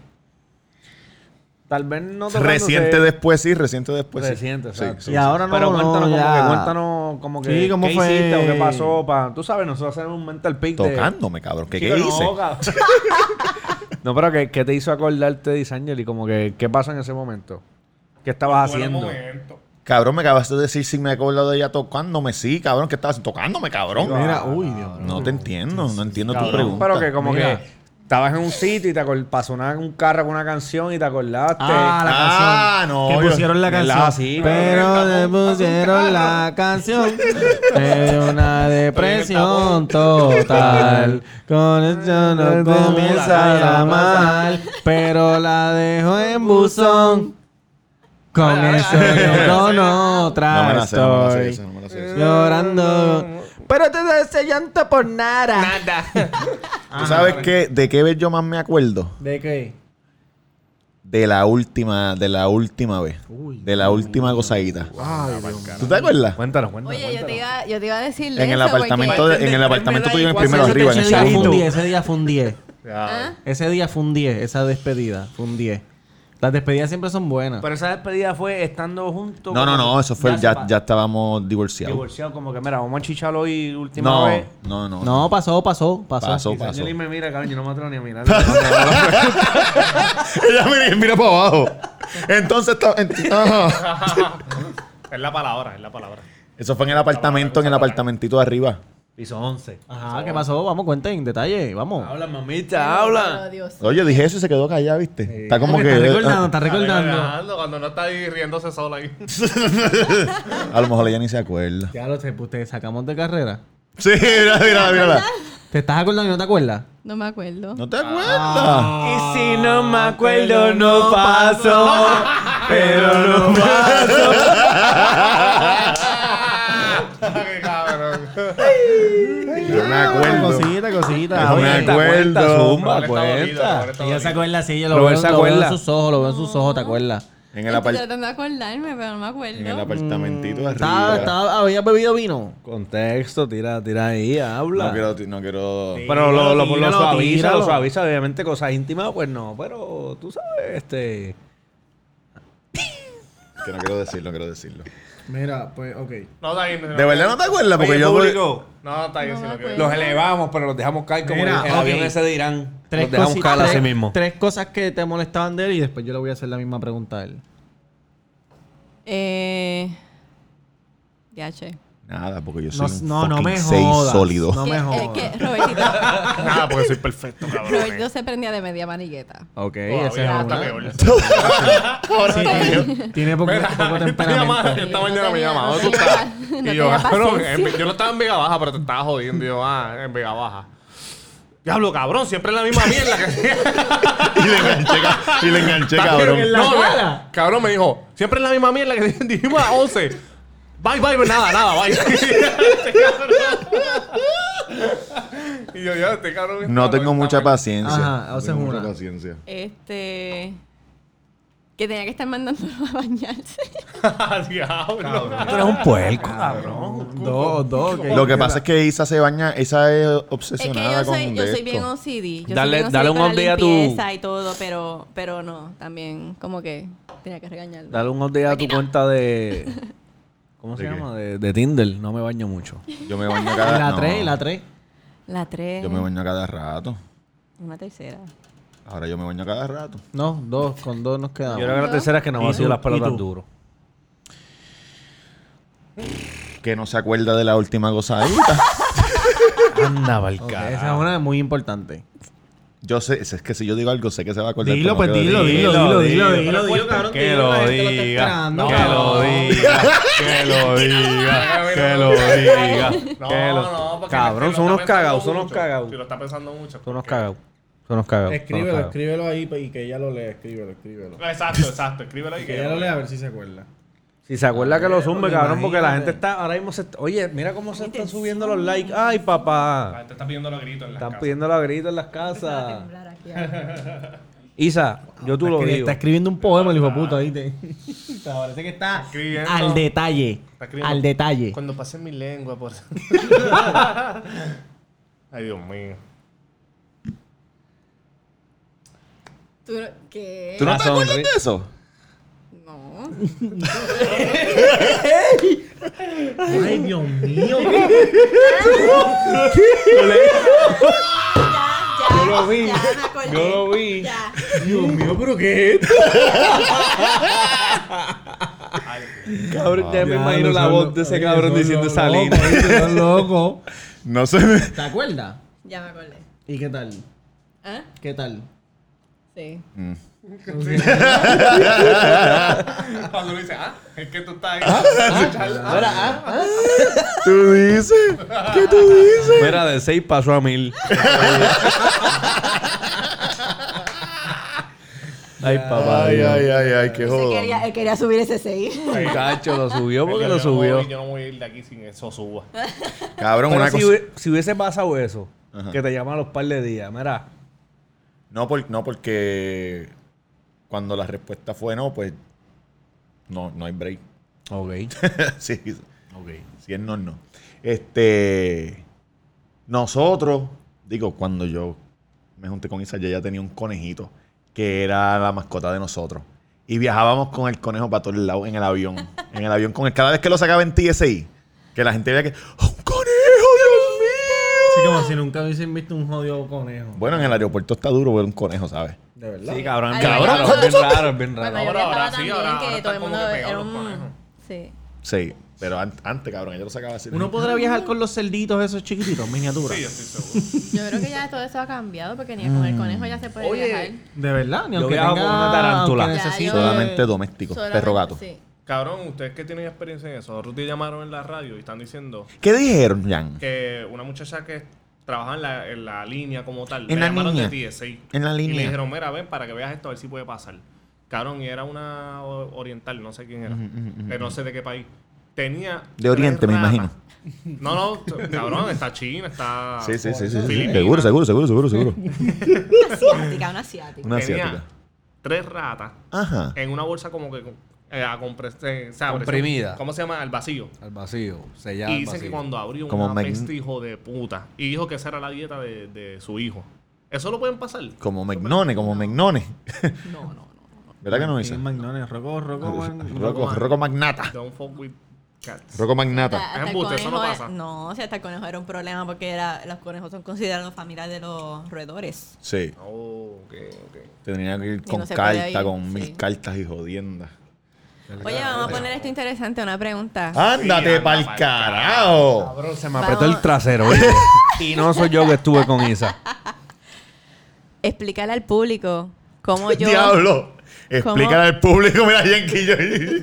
Tal vez no tocándose. Reciente después sí, reciente después sí. Reciente, Sí, exacto. sí, Y sí. ahora no, Pero no, cuéntanos ya. como que, cuéntanos como que Sí, ¿cómo qué fue? hiciste o qué pasó para... Tú sabes, nosotros hacemos un mental pick de... Tocándome, cabrón. ¿Qué Chico, hice? no, cabrón. No, pero ¿qué te hizo acordarte de Isangeli? Como que, ¿qué pasó en ese momento? ¿Qué estabas haciendo? Cabrón, me acabaste de decir si me acuerdo de ella tocándome. Sí, cabrón, ¿qué estabas haciendo? Tocándome, cabrón. Mira, uy, Dios. No te entiendo, no entiendo tu Cabrón, pregunta. pero que como Mira. que estabas en un sitio y te pasó un carro con una canción y te acordaste. Ah, la canción. no. Que yo- pusieron la ¿verdad? canción. Sí, pero le pusieron la canción. Es una depresión total. Con esto no comienza a mal. Pero la dejo en buzón. Con eso yo con otra No me la sé, no me la sé, estoy esa no me la sé. llorando. Pero te da ese llanto por nada. ¿Tú sabes qué? ¿De qué vez yo más me acuerdo? ¿De qué? De la última vez. De la última gozadita. ¿Tú te acuerdas? Cuéntanos. Oye, yo te iba a decir En el eso, apartamento, porque- en el apartamento tuyo en el primero arriba, en el Ese día fue un segundo. 10, ese día fue un 10. ¿Ah? Ese día fue un 10, esa despedida fue un 10. Las despedidas siempre son buenas. Pero esa despedida fue estando juntos. No, eso fue, ya estábamos divorciados. Divorciado, como que mira, vamos a chicharlo hoy última No, vez. no. No, pasó. Pasó. Isangeli me mira, cabrón, yo no me atrevo ni a mirar. Ella mira para abajo. Entonces, ajá. Es la palabra, es la palabra. Eso fue en el apartamento, en el apartamentito de arriba. Piso 11. Ajá, ¿qué pasó? Vamos, cuenten en detalle, vamos. Habla, mamita, habla. Oh, Dios. Oye, dije eso y se quedó callada, ¿viste? Está como que... Está recordando. Cuando no está ahí riéndose sola ahí. A lo mejor ella ni se acuerda. Ya lo sé, pues te sacamos de carrera. Sí, mira. ¿Te estás acordando y no te acuerdas? No me acuerdo. ¿No te acuerdas? Y si no me acuerdo, no pasó. Pero no Qué cabrón. Yo me acuerdo. Cosita. Yo me acuerdo. Zumba, Roberto está dolido, cuenta. Roberto está Ella se dolido. acuerda, sí, ella lo Robert veo, se lo veo en acuerda. sus ojos, lo veo en sus ojos, ¿te acuerdas? En el, Estoy tratando de acordarme, pero no me acuerdo. en el apartamentito de arriba. ¿Habías bebido vino? Contexto, tira ahí, habla. No quiero... Pero lo suaviza, tíralo. lo suaviza, obviamente, cosas íntimas, pues no, pero tú sabes, Que no quiero decirlo. Mira, pues, ok. No, está ahí. ¿De verdad no te acuerdas? Porque Oye, yo... público, No, está ahí. No si me lo acuerdo. quieres. los elevamos, pero los dejamos caer como Mira, el ok. avión ese de Irán. Los dejamos caer así mismo. Tres cosas que te molestaban de él y después yo le voy a hacer la misma pregunta a él. Ya, che. Nada, porque yo soy un No me fucking 6 jodas. sólido. No me Es jodas. que Robertito, Nada, porque soy perfecto, cabrón. Robertito se prendía de media manigueta. Ok, Todavía esa es está una. peor. Sí, tiene poco Mira, temperamento. esta mañana me llama, ¿dónde tú tenía- estás? no Y tenía yo, cabrón, paciencia. yo no estaba en Vega Baja, pero te estaba jodiendo. Y yo, en Vega Baja. Diablo, cabrón, siempre es la misma mierda que... y le enganché, cabrón. No, cabrón me dijo, siempre es la misma mierda que dijimos a 11. Bye, nada, bye. Y yo, ya, este cabrón. No tengo mucha paciencia. Ajá, No haces tengo una. mucha paciencia. Que tenía que estar mandándolo a bañarse. Diablo. Tú eres un puerco, cabrón. Dos. Lo que pasa es que Isa se baña, Isa es Es que obsesionada yo con soy esto. bien OCD. Yo Dale- soy bien dale OCD un con la update a tu- limpieza y todo, pero no. También como que tenía que regañarlo. Dale un update a tu cuenta de... ¿Cómo se ¿De qué? llama? De Tinder. No me baño mucho. Yo me baño cada La no, 3, la 3. La 3. Yo me baño cada rato. Una tercera. Ahora yo me baño cada rato. No, 2. Con 2 nos quedamos. Yo creo que la tercera es que no ¿Y me ha sido tú? las pelotas ¿Y tú? duro. Que no se acuerda de la última gozadita. Anda, pa'l Ok, carajo. esa es una muy importante. Yo sé, es que si yo digo algo, sé que se va a acordar. Dilo, pero no pues quiero dilo, decir. cabrón. Que dilo, lo la gente está diga. esperando. Que lo diga. Que lo diga. Que lo diga. Que lo- porque Cabrón, si son lo unos está cagados, pensando son unos mucho, cagados. Si lo está pensando mucho. Son unos porque- cagados. Son unos cagados. Escríbelo, escríbelo ahí y que ella lo lea. Escríbelo. Exacto. Escríbelo ahí. Que ella lo lea a ver si se acuerda. Si se acuerda que lo zumbe, porque cabrón, porque la gente imagínate. está... Ahora mismo se... Oye, mira cómo se están subiendo los likes. Ay, La papá. gente está pidiendo los gritos en la Están casa. pidiendo los gritos en las casas. Temblar aquí ahora. Isa, yo tú lo digo. Está escribiendo un poema el hijo de puta, ¿viste? Parece que está Escribiendo. al detalle. Está escribiendo. Al detalle. Cuando pase mi lengua por... Ay, Dios mío. ¿Qué? ¿Tú no La te acuerdas sonri- de eso? No. Ay, Dios mío. Yo lo vi. Ya me acordé. Yo lo vi. Ya. Dios mío, pero ¿qué es esto? Cabrón, ya me imagino la voz de ese cabrón diciendo esa línea. Son loco. No sé. me- ¿Te acuerdas? Ya me acordé. ¿Y qué tal? ¿Ah? ¿Qué tal? Sí. Cuando le dice, es que tú estás ahí. ¿Tú dices? ¿Qué tú dices? Mira, de 6 pasó a 1000. Ay, papá. Ay, qué Él joder. quería subir ese 6. Cacho, lo subió porque Yo lo no subió. yo no voy a ir de aquí sin eso suba. Cabrón, Pero una si, cosa. si hubiese pasado eso, Ajá. que te llaman a los par de días, mira, No, porque cuando la respuesta fue no, pues no hay break. ok, Sí, ok. si es no, no. Nosotros, digo, cuando yo me junté con Isa, yo ya tenía un conejito que era la mascota de nosotros. Y viajábamos con el conejo para todos lados en el avión. En el avión con él. Cada vez que lo sacaba en TSI, que la gente veía que ¡oh, ¡un conejo, Dios mío! Sí, como si nunca hubiesen visto un jodido conejo. Bueno, en el aeropuerto está duro ver un conejo, ¿sabes? De verdad. Sí, cabrón, Ay, cabrón, cabrón, es bien raro, es bien Cuando raro. yo Ahora viajaba sí, también, ahora que todo están el como mundo que pegados era los un... conejos. Sí. Sí, pero antes, cabrón, ella lo sacaba así. Uno podrá viajar con los cerditos esos chiquititos, miniaturas. Sí, yo estoy seguro. Yo creo que ya todo eso ha cambiado porque ni con el conejo ya se puede viajar. De verdad, ni Yo aunque viajo tenga con una tarántula. aunque Ya, necesite- yo- Solamente doméstico, Solamente- perro gato. Sí. Cabrón, ustedes que tienen experiencia en eso, Ruth llamaron en la radio y están diciendo ¿Qué dijeron, Jan? que una muchacha que trabajaba en la línea como tal, En la llamaron línea. de TSA. En la Y línea. le dijeron, mira, ven para que veas esto, a ver si puede pasar. Cabrón, y era una oriental, no sé quién era. No sé de qué país. Tenía... De Oriente, 3 me ratas. imagino. No, cabrón, está China, está... Sí. Filipina. Seguro. Asiática, una asiática. Una Tenía asiática. 3 ratas Ajá. en una bolsa como que... o sea, Comprimida. ¿Cómo se llama? Al vacío. Al vacío, sellado Y al dicen vacío. que cuando abrió Como una Meg- peste hijo de puta. Y dijo que esa era la dieta de su hijo. ¿Eso lo pueden pasar? Como Magnone. No. ¿Verdad que no Sí, dice? Magnones, Rocco Magnata. Don't fuck with cats. Rocco Magnata. Hasta el embuste, eso no conejo pasa. no, o sea, hasta el conejo era un problema porque los conejos son considerados familia de los roedores. Sí. Oh, ok. Tenía que ir Y con no se puede carta, ir, con sí. 1000 cartas y jodiendas. Oye, vamos a poner esto interesante, una pregunta. ¡Ándate anda pa'l pa'l carajo! Cabrón, se me Vamos. apretó el trasero, ¿oíste? Y no soy yo que estuve con Isa. Explícale al público cómo yo... ¡Diablo! Explícale al público, mira, Yankee.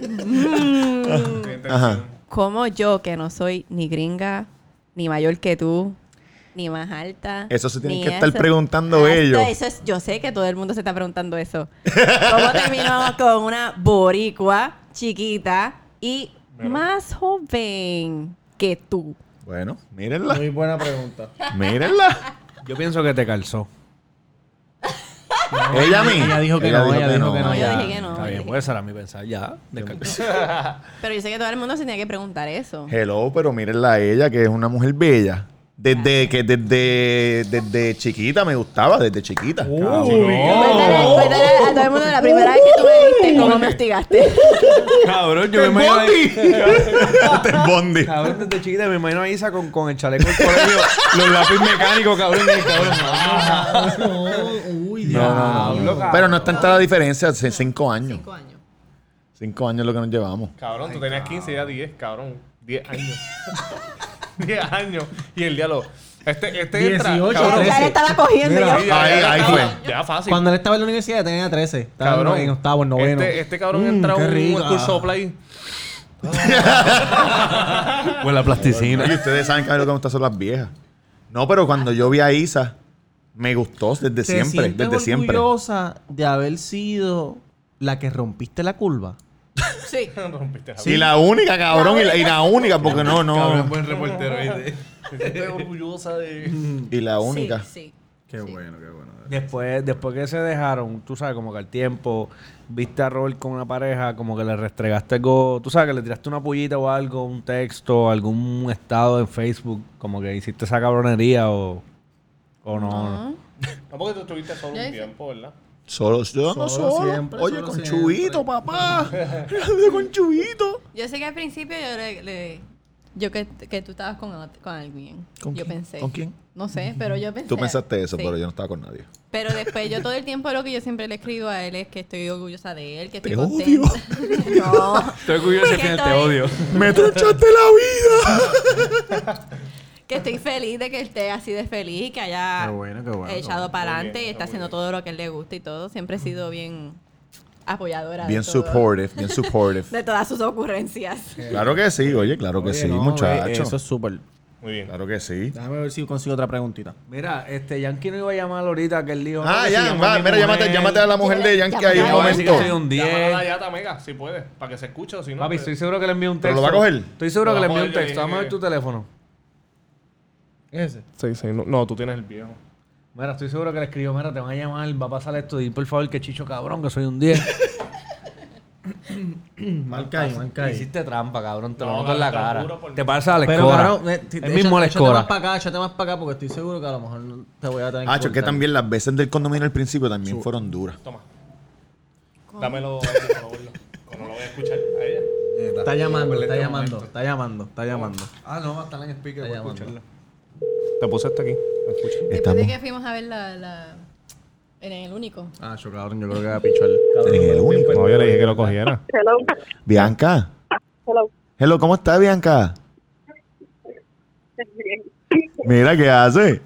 Ajá. Cómo yo, que no soy ni gringa, ni mayor que tú, ni más alta. Eso se tienen ni que estar eso. preguntando ellos. Eso es, yo sé que todo el mundo se está preguntando eso. ¿Cómo terminó con una boricua chiquita y más joven que tú? Bueno, mírenla. Muy buena pregunta. Mírenla. Yo pienso que te calzó. Ella a mí. Ella dijo que no, ella dijo que No, no. yo ya. dije que no. Está yo bien, dije- puede ser a mi pensar ya. Descartó. Pero yo sé que todo el mundo se tenía que preguntar eso. Hello, pero mírenla a ella, que es una mujer bella. Desde chiquita me gustaba, desde chiquita. Cuéntale a todo el mundo la primera vez que tú me viste cómo me hostigaste. Cabrón, yo me imagino a Este es Bondi. Cabrón, desde chiquita me imagino a Isa con el chaleco del colegio, los lápiz mecánicos, cabrón, y el cabrón. Uy, No. Pero no es tanta la diferencia, hace 5 años. 5 años. 5 años es lo que nos llevamos. Cabrón, tú tenías 15 y ya 10, cabrón. 10 años. 10 años. Y el diálogo. Este entra. 18, Cabrón, Ya le estaba cogiendo. Mira, yo. Sí, ya Ahí estaba- fue. Ya fácil. Cuando él estaba en la universidad tenía 13. Estaba Cabrón. en octavo, en noveno. Este cabrón entra a qué un rico. school supply. O la plasticina. Y ustedes saben que a mí lo que me gustan son las viejas. No, pero cuando yo vi a Isa, me gustó desde ¿Te siempre. sientes Desde siempre. orgullosa de haber sido la que rompiste la curva? Sí. Rompiste la Y la única, cabrón. Y la única, porque no. buen reportero, ¿viste? Estoy orgullosa de. Y la única. Sí. Qué bueno, qué bueno. Después que se dejaron, tú sabes, como que al tiempo, viste a Robert con una pareja, como que le restregaste algo, tú sabes, que le tiraste una pullita o algo, un texto, algún estado en Facebook, como que hiciste esa cabronería o no. No. No, porque tú estuviste solo Ya un hice. tiempo, ¿verdad? Yo no solo. siempre, Oye, solo con siempre. Chubito, papá. Con Chubito. Yo sé que al principio yo que tú estabas con alguien. ¿Con Yo quién? pensé. ¿Con quién? No sé, pero yo pensé. Tú pensaste eso, sí. pero yo no estaba con nadie. Pero después yo todo el tiempo lo que yo siempre le escribo a él es que estoy orgullosa de él, que estoy Te contenta. No. Estoy orgulloso de Que que te estoy- odio. ¡Me tronchaste la vida! Que estoy feliz de que esté así de feliz y que haya Qué bueno, qué bueno, qué echado para adelante y bien, está haciendo todo lo que a él le gusta y todo. Siempre he sido bien apoyadora Bien de todo, supportive, bien supportive. de todas sus ocurrencias. Claro que sí, oye, claro que Oye, sí, no, muchacho. Eso es súper. Muy bien. Claro que sí. Déjame ver si consigo otra preguntita. Mira, Yankee no iba a llamar ahorita, que él dijo... Ah, no, que ya, se llama va, mi mira, mujer. llámate a la mujer de Yankee ahí un Llámate. Vamos a decir que momento. soy un 10. Llámala a la Yata, Mega, si puedes, para que se escuche o si no. Papi, pues- estoy seguro que le envié un ¿Pero texto. lo va a coger? Estoy seguro Lo que va le a envié un coger, yo texto. dije Vamos a ver que- tu teléfono. Ese. Sí, no, tú tienes el viejo. Mira, estoy seguro que le escribió, mira, te van a llamar, va a pasar esto, y por favor que Chicho cabrón, que soy un 10. Marca ahí, marca ahí. Hiciste trampa, cabrón, te lo No, noto en la te lo cara. juro por Te parece a la Pero escora. cabrón, El mismo a la échate más escora. para acá, échate más para acá porque estoy seguro que a lo mejor no te voy a tener Ah, es que cortar. también las veces del condominio al principio también fueron duras. Toma. Dámelo para no lo voy a escuchar a ella. Está llamando, está llamando, está llamando, está llamando. Ah, no, va a estar en speaker Está para llamando. escucharlo. Te puse este aquí. Escucha. Después Estamos de que fuimos a ver en el único. Ah, yo cabrón, yo creo que va a pichar. en el único. No, yo le dije que lo cogiera. Hello. Bianca. Hello. Hello, ¿cómo está Bianca? Bien. Mira, ¿qué hace?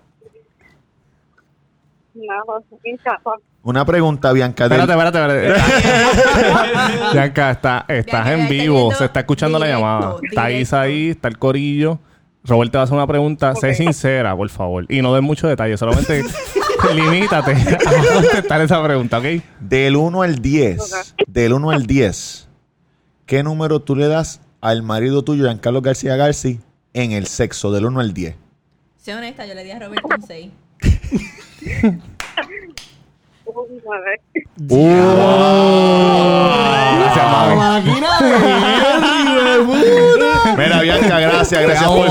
Nada, en casa. Una pregunta, Bianca. del- Espérate. Bianca, estás Bianca, en está vivo. yendo Se está escuchando la directo, llamada. Está directo. Isa ahí, está el corillo. Robert te va a hacer una pregunta. Sé sincera, por favor. Y no des mucho detalle. Solamente limítate a contestar esa pregunta, ¿ok? Del 1 al 10. Del 1 al 10. ¿Qué número tú le das al marido tuyo, Giancarlo García Garci, en el sexo? Del 1 al 10. Sé honesta, yo le di a Robert un 6. Un 9. Gracias, mami. Mira, Bianca, gracias por...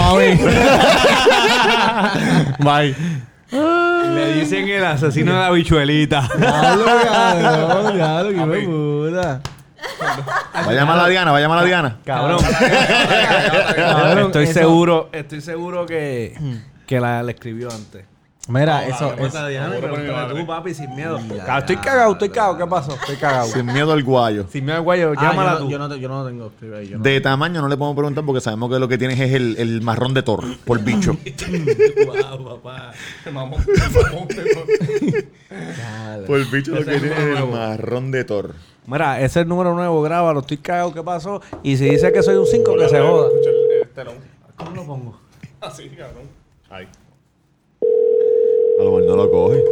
Bye. Le dicen el asesino de la bichuelita. Claro, qué puta. Va a llamar a la Diana, Cabrón. Estoy seguro que la escribió antes. Mira, eso es. Tú, papi, sin miedo. Estoy cagado. ¿Qué pasó? Estoy cagado. Sin miedo al guayo. Sin miedo al guayo, llámala tú. Yo no tengo escribe ahí. Yo no. De tamaño no le podemos preguntar porque sabemos que lo que tienes es el marrón de Thor, por bicho. Por bicho lo que tienes es el marrón de Thor. Mira, ese es el número nuevo, grábalo. Estoy cagado, ¿qué pasó? Y si dice que soy un 5, que se joda. ¿Cómo lo pongo? Así, cabrón. Ahí. A lo mejor no lo coge.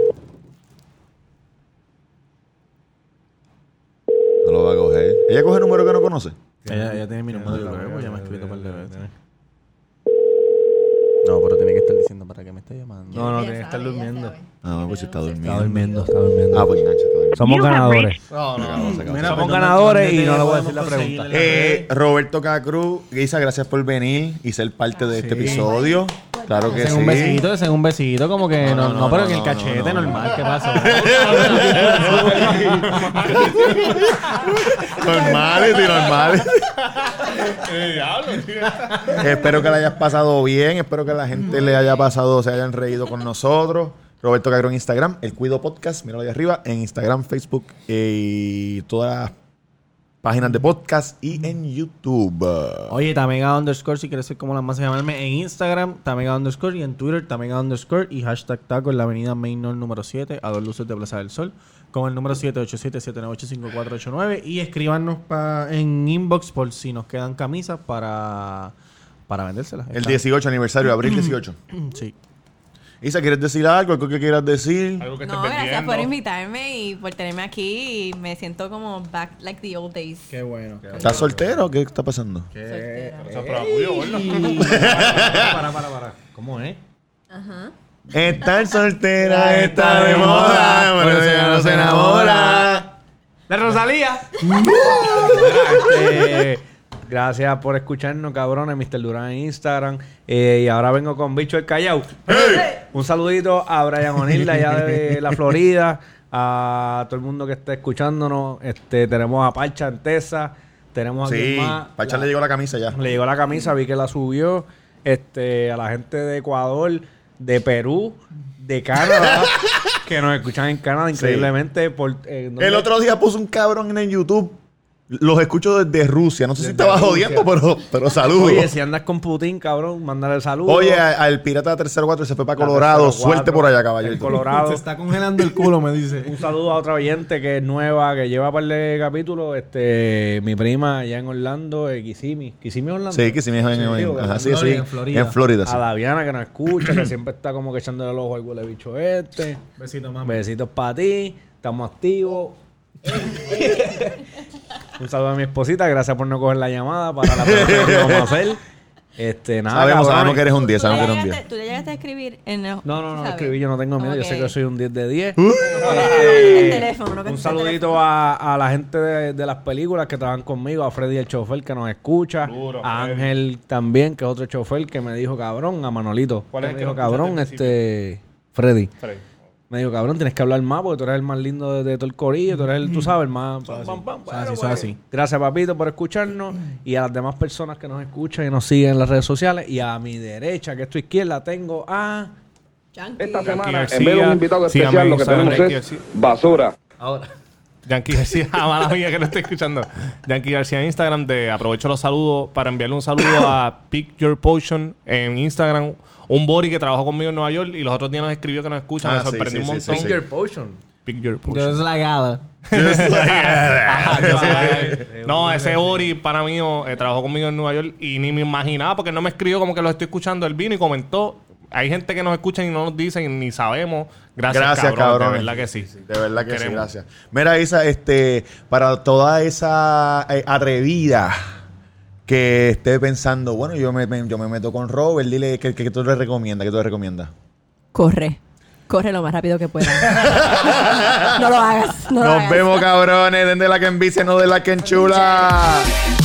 No lo va a coger. ¿Ella coge número que no conoce? Ella tiene mi número, yo creo, pues ya me ha escrito un par de veces. No, pero tiene que estar diciendo para qué me está llamando. No, Ella tiene que estar sabe, ella durmiendo. sabe. Ah, pues si está durmiendo. Está durmiendo. Ah, pues Nacho está durmiendo. Somos ganadores. No, no. Mira, Somos pues, ganadores ¿dónde y no te le voy a podemos decir la conseguir pregunta. en las Roberto Cacruz, Isa, gracias por venir y ser parte de este episodio. Claro que Ese es sí. un besito, ese es un besito, como que no, pero en el no, cachete, no. normal, ¿qué pasó? Normales y normales. Espero que le hayas pasado bien. Espero que la gente le haya pasado, se hayan reído con nosotros. Roberto Cacruz en Instagram, El Cuido Podcast, míralo ahí arriba, en Instagram, Facebook y todas las páginas de podcast y en YouTube. Oye, Tamega_, si quieres ser como las más llamarme, en Instagram, Tamega_, y en Twitter, Tamega_, y hashtag taco en la avenida Main North número 7, a 2 luces de Plaza del Sol, con el número 787-798-5489, y escríbanos en inbox por si nos quedan camisas para vendérselas. El 18 aniversario, abril 18. Sí. Isa, ¿quieres decir algo? ¿Algo que quieras decir? Algo que estés No, gracias vendiendo. por invitarme y por tenerme aquí. Y me siento como back like the old days. Qué bueno. ¿Estás soltero o qué está pasando? Soltera. Eso es prueba tuya, gordo. Para. ¿Cómo es? Ajá. Estar soltera está de moda, por eso ya no se enamora. ¡La Rosalía! Gracias por escucharnos, cabrones. Mr. Durán en Instagram. Y ahora vengo con Bicho el Callao. Un saludito a Brian O'Neill de allá de la Florida. A todo el mundo que esté escuchándonos. Tenemos a Parcha en Tesa. Tenemos a Sí, alguien más. Pacha le llegó la camisa ya. Le llegó la camisa, vi que la subió. A la gente de Ecuador, de Perú, de Canadá, que nos escuchan en Canadá increíblemente. El otro día puso un cabrón en el YouTube. Los escucho desde Rusia. No sé si Desde estaba Rusia. jodiendo, pero saludos. Oye, si andas con Putin, cabrón, mándale saludos. Oye, al pirata 304 se fue para La Colorado. 304, Suerte por allá, caballero. en Colorado. Se está congelando el culo, me dice. Un saludo a otra oyente que es nueva, que lleva un par de capítulos. Mi prima allá en Orlando, Kissimmee. ¿Kissimmee Orlando? Sí, que sí me dijo digo, ajá, que sí, sí. en Florida. En Florida, sí. A Daviana que nos escucha, que siempre está como que echándole el ojo al huele bicho este. Besito, mamá. Besitos para ti. Estamos activos. Un saludo a mi esposita. Gracias por no coger la llamada para la pregunta que vamos a hacer. Nada, Sabemos cabrones. que eres un 10, ¿Tú sabemos que ya eres un 10. llegaste- ¿Tú ya llegaste a escribir en el... No, ¿sabes? escribí, yo no tengo miedo. Yo sé Ok. que soy un 10 de 10. El teléfono, no Un contesté el saludito teléfono. a la gente de las películas que trabajan conmigo, a Freddy el chofer que nos escucha, Duro, a Freddy. Ángel también, que es otro chofer que me dijo cabrón, a Manolito. ¿Cuál es Que el me que dijo nos puso cabrón? desde el Freddy. Freddy. Me dijo cabrón, tienes que hablar más porque tú eres el más lindo de todo el corillo, tú eres el, tú sabes, el más... pam, pam, pam. Bueno, Son así. Gracias, papito, por escucharnos y a las demás personas que nos escuchan y nos siguen en las redes sociales. Y a mi derecha, que es tu izquierda, tengo a... Yankee. Esta semana, García, en vez de un invitado síganme especial, en lo que Instagram, tenemos Yankee es García. basura. Ahora. Yankee García, mala mía que no estoy escuchando. Yankee García en Instagram. Aprovecho los saludos para enviarle un saludo a Pick Your Potion en Instagram. Un body que trabajó conmigo en Nueva York y los otros días nos escribió que nos escuchan. Ah, Me sí, sorprendió sí, un sí, montón. sí, sí. Finger Potion. Pick Your Potion. Just like Ada. No, ese Ori para mí trabajó conmigo en Nueva York y ni me imaginaba porque no me escribió como que lo estoy escuchando. Él vino y comentó. Hay gente que nos escucha y no nos dicen ni sabemos. Gracias, cabrón. De verdad que sí. De verdad que sí, Queremos. gracias. Mira, Isa, para toda esa atrevida que esté pensando, bueno, yo me meto con Robert, dile que tú le recomiendas, ¿qué tú le recomiendas? Corre. Corre lo más rápido que puedas. No lo hagas. No lo Nos hagas. vemos, cabrones, den de la que envicia, no de la que enchula.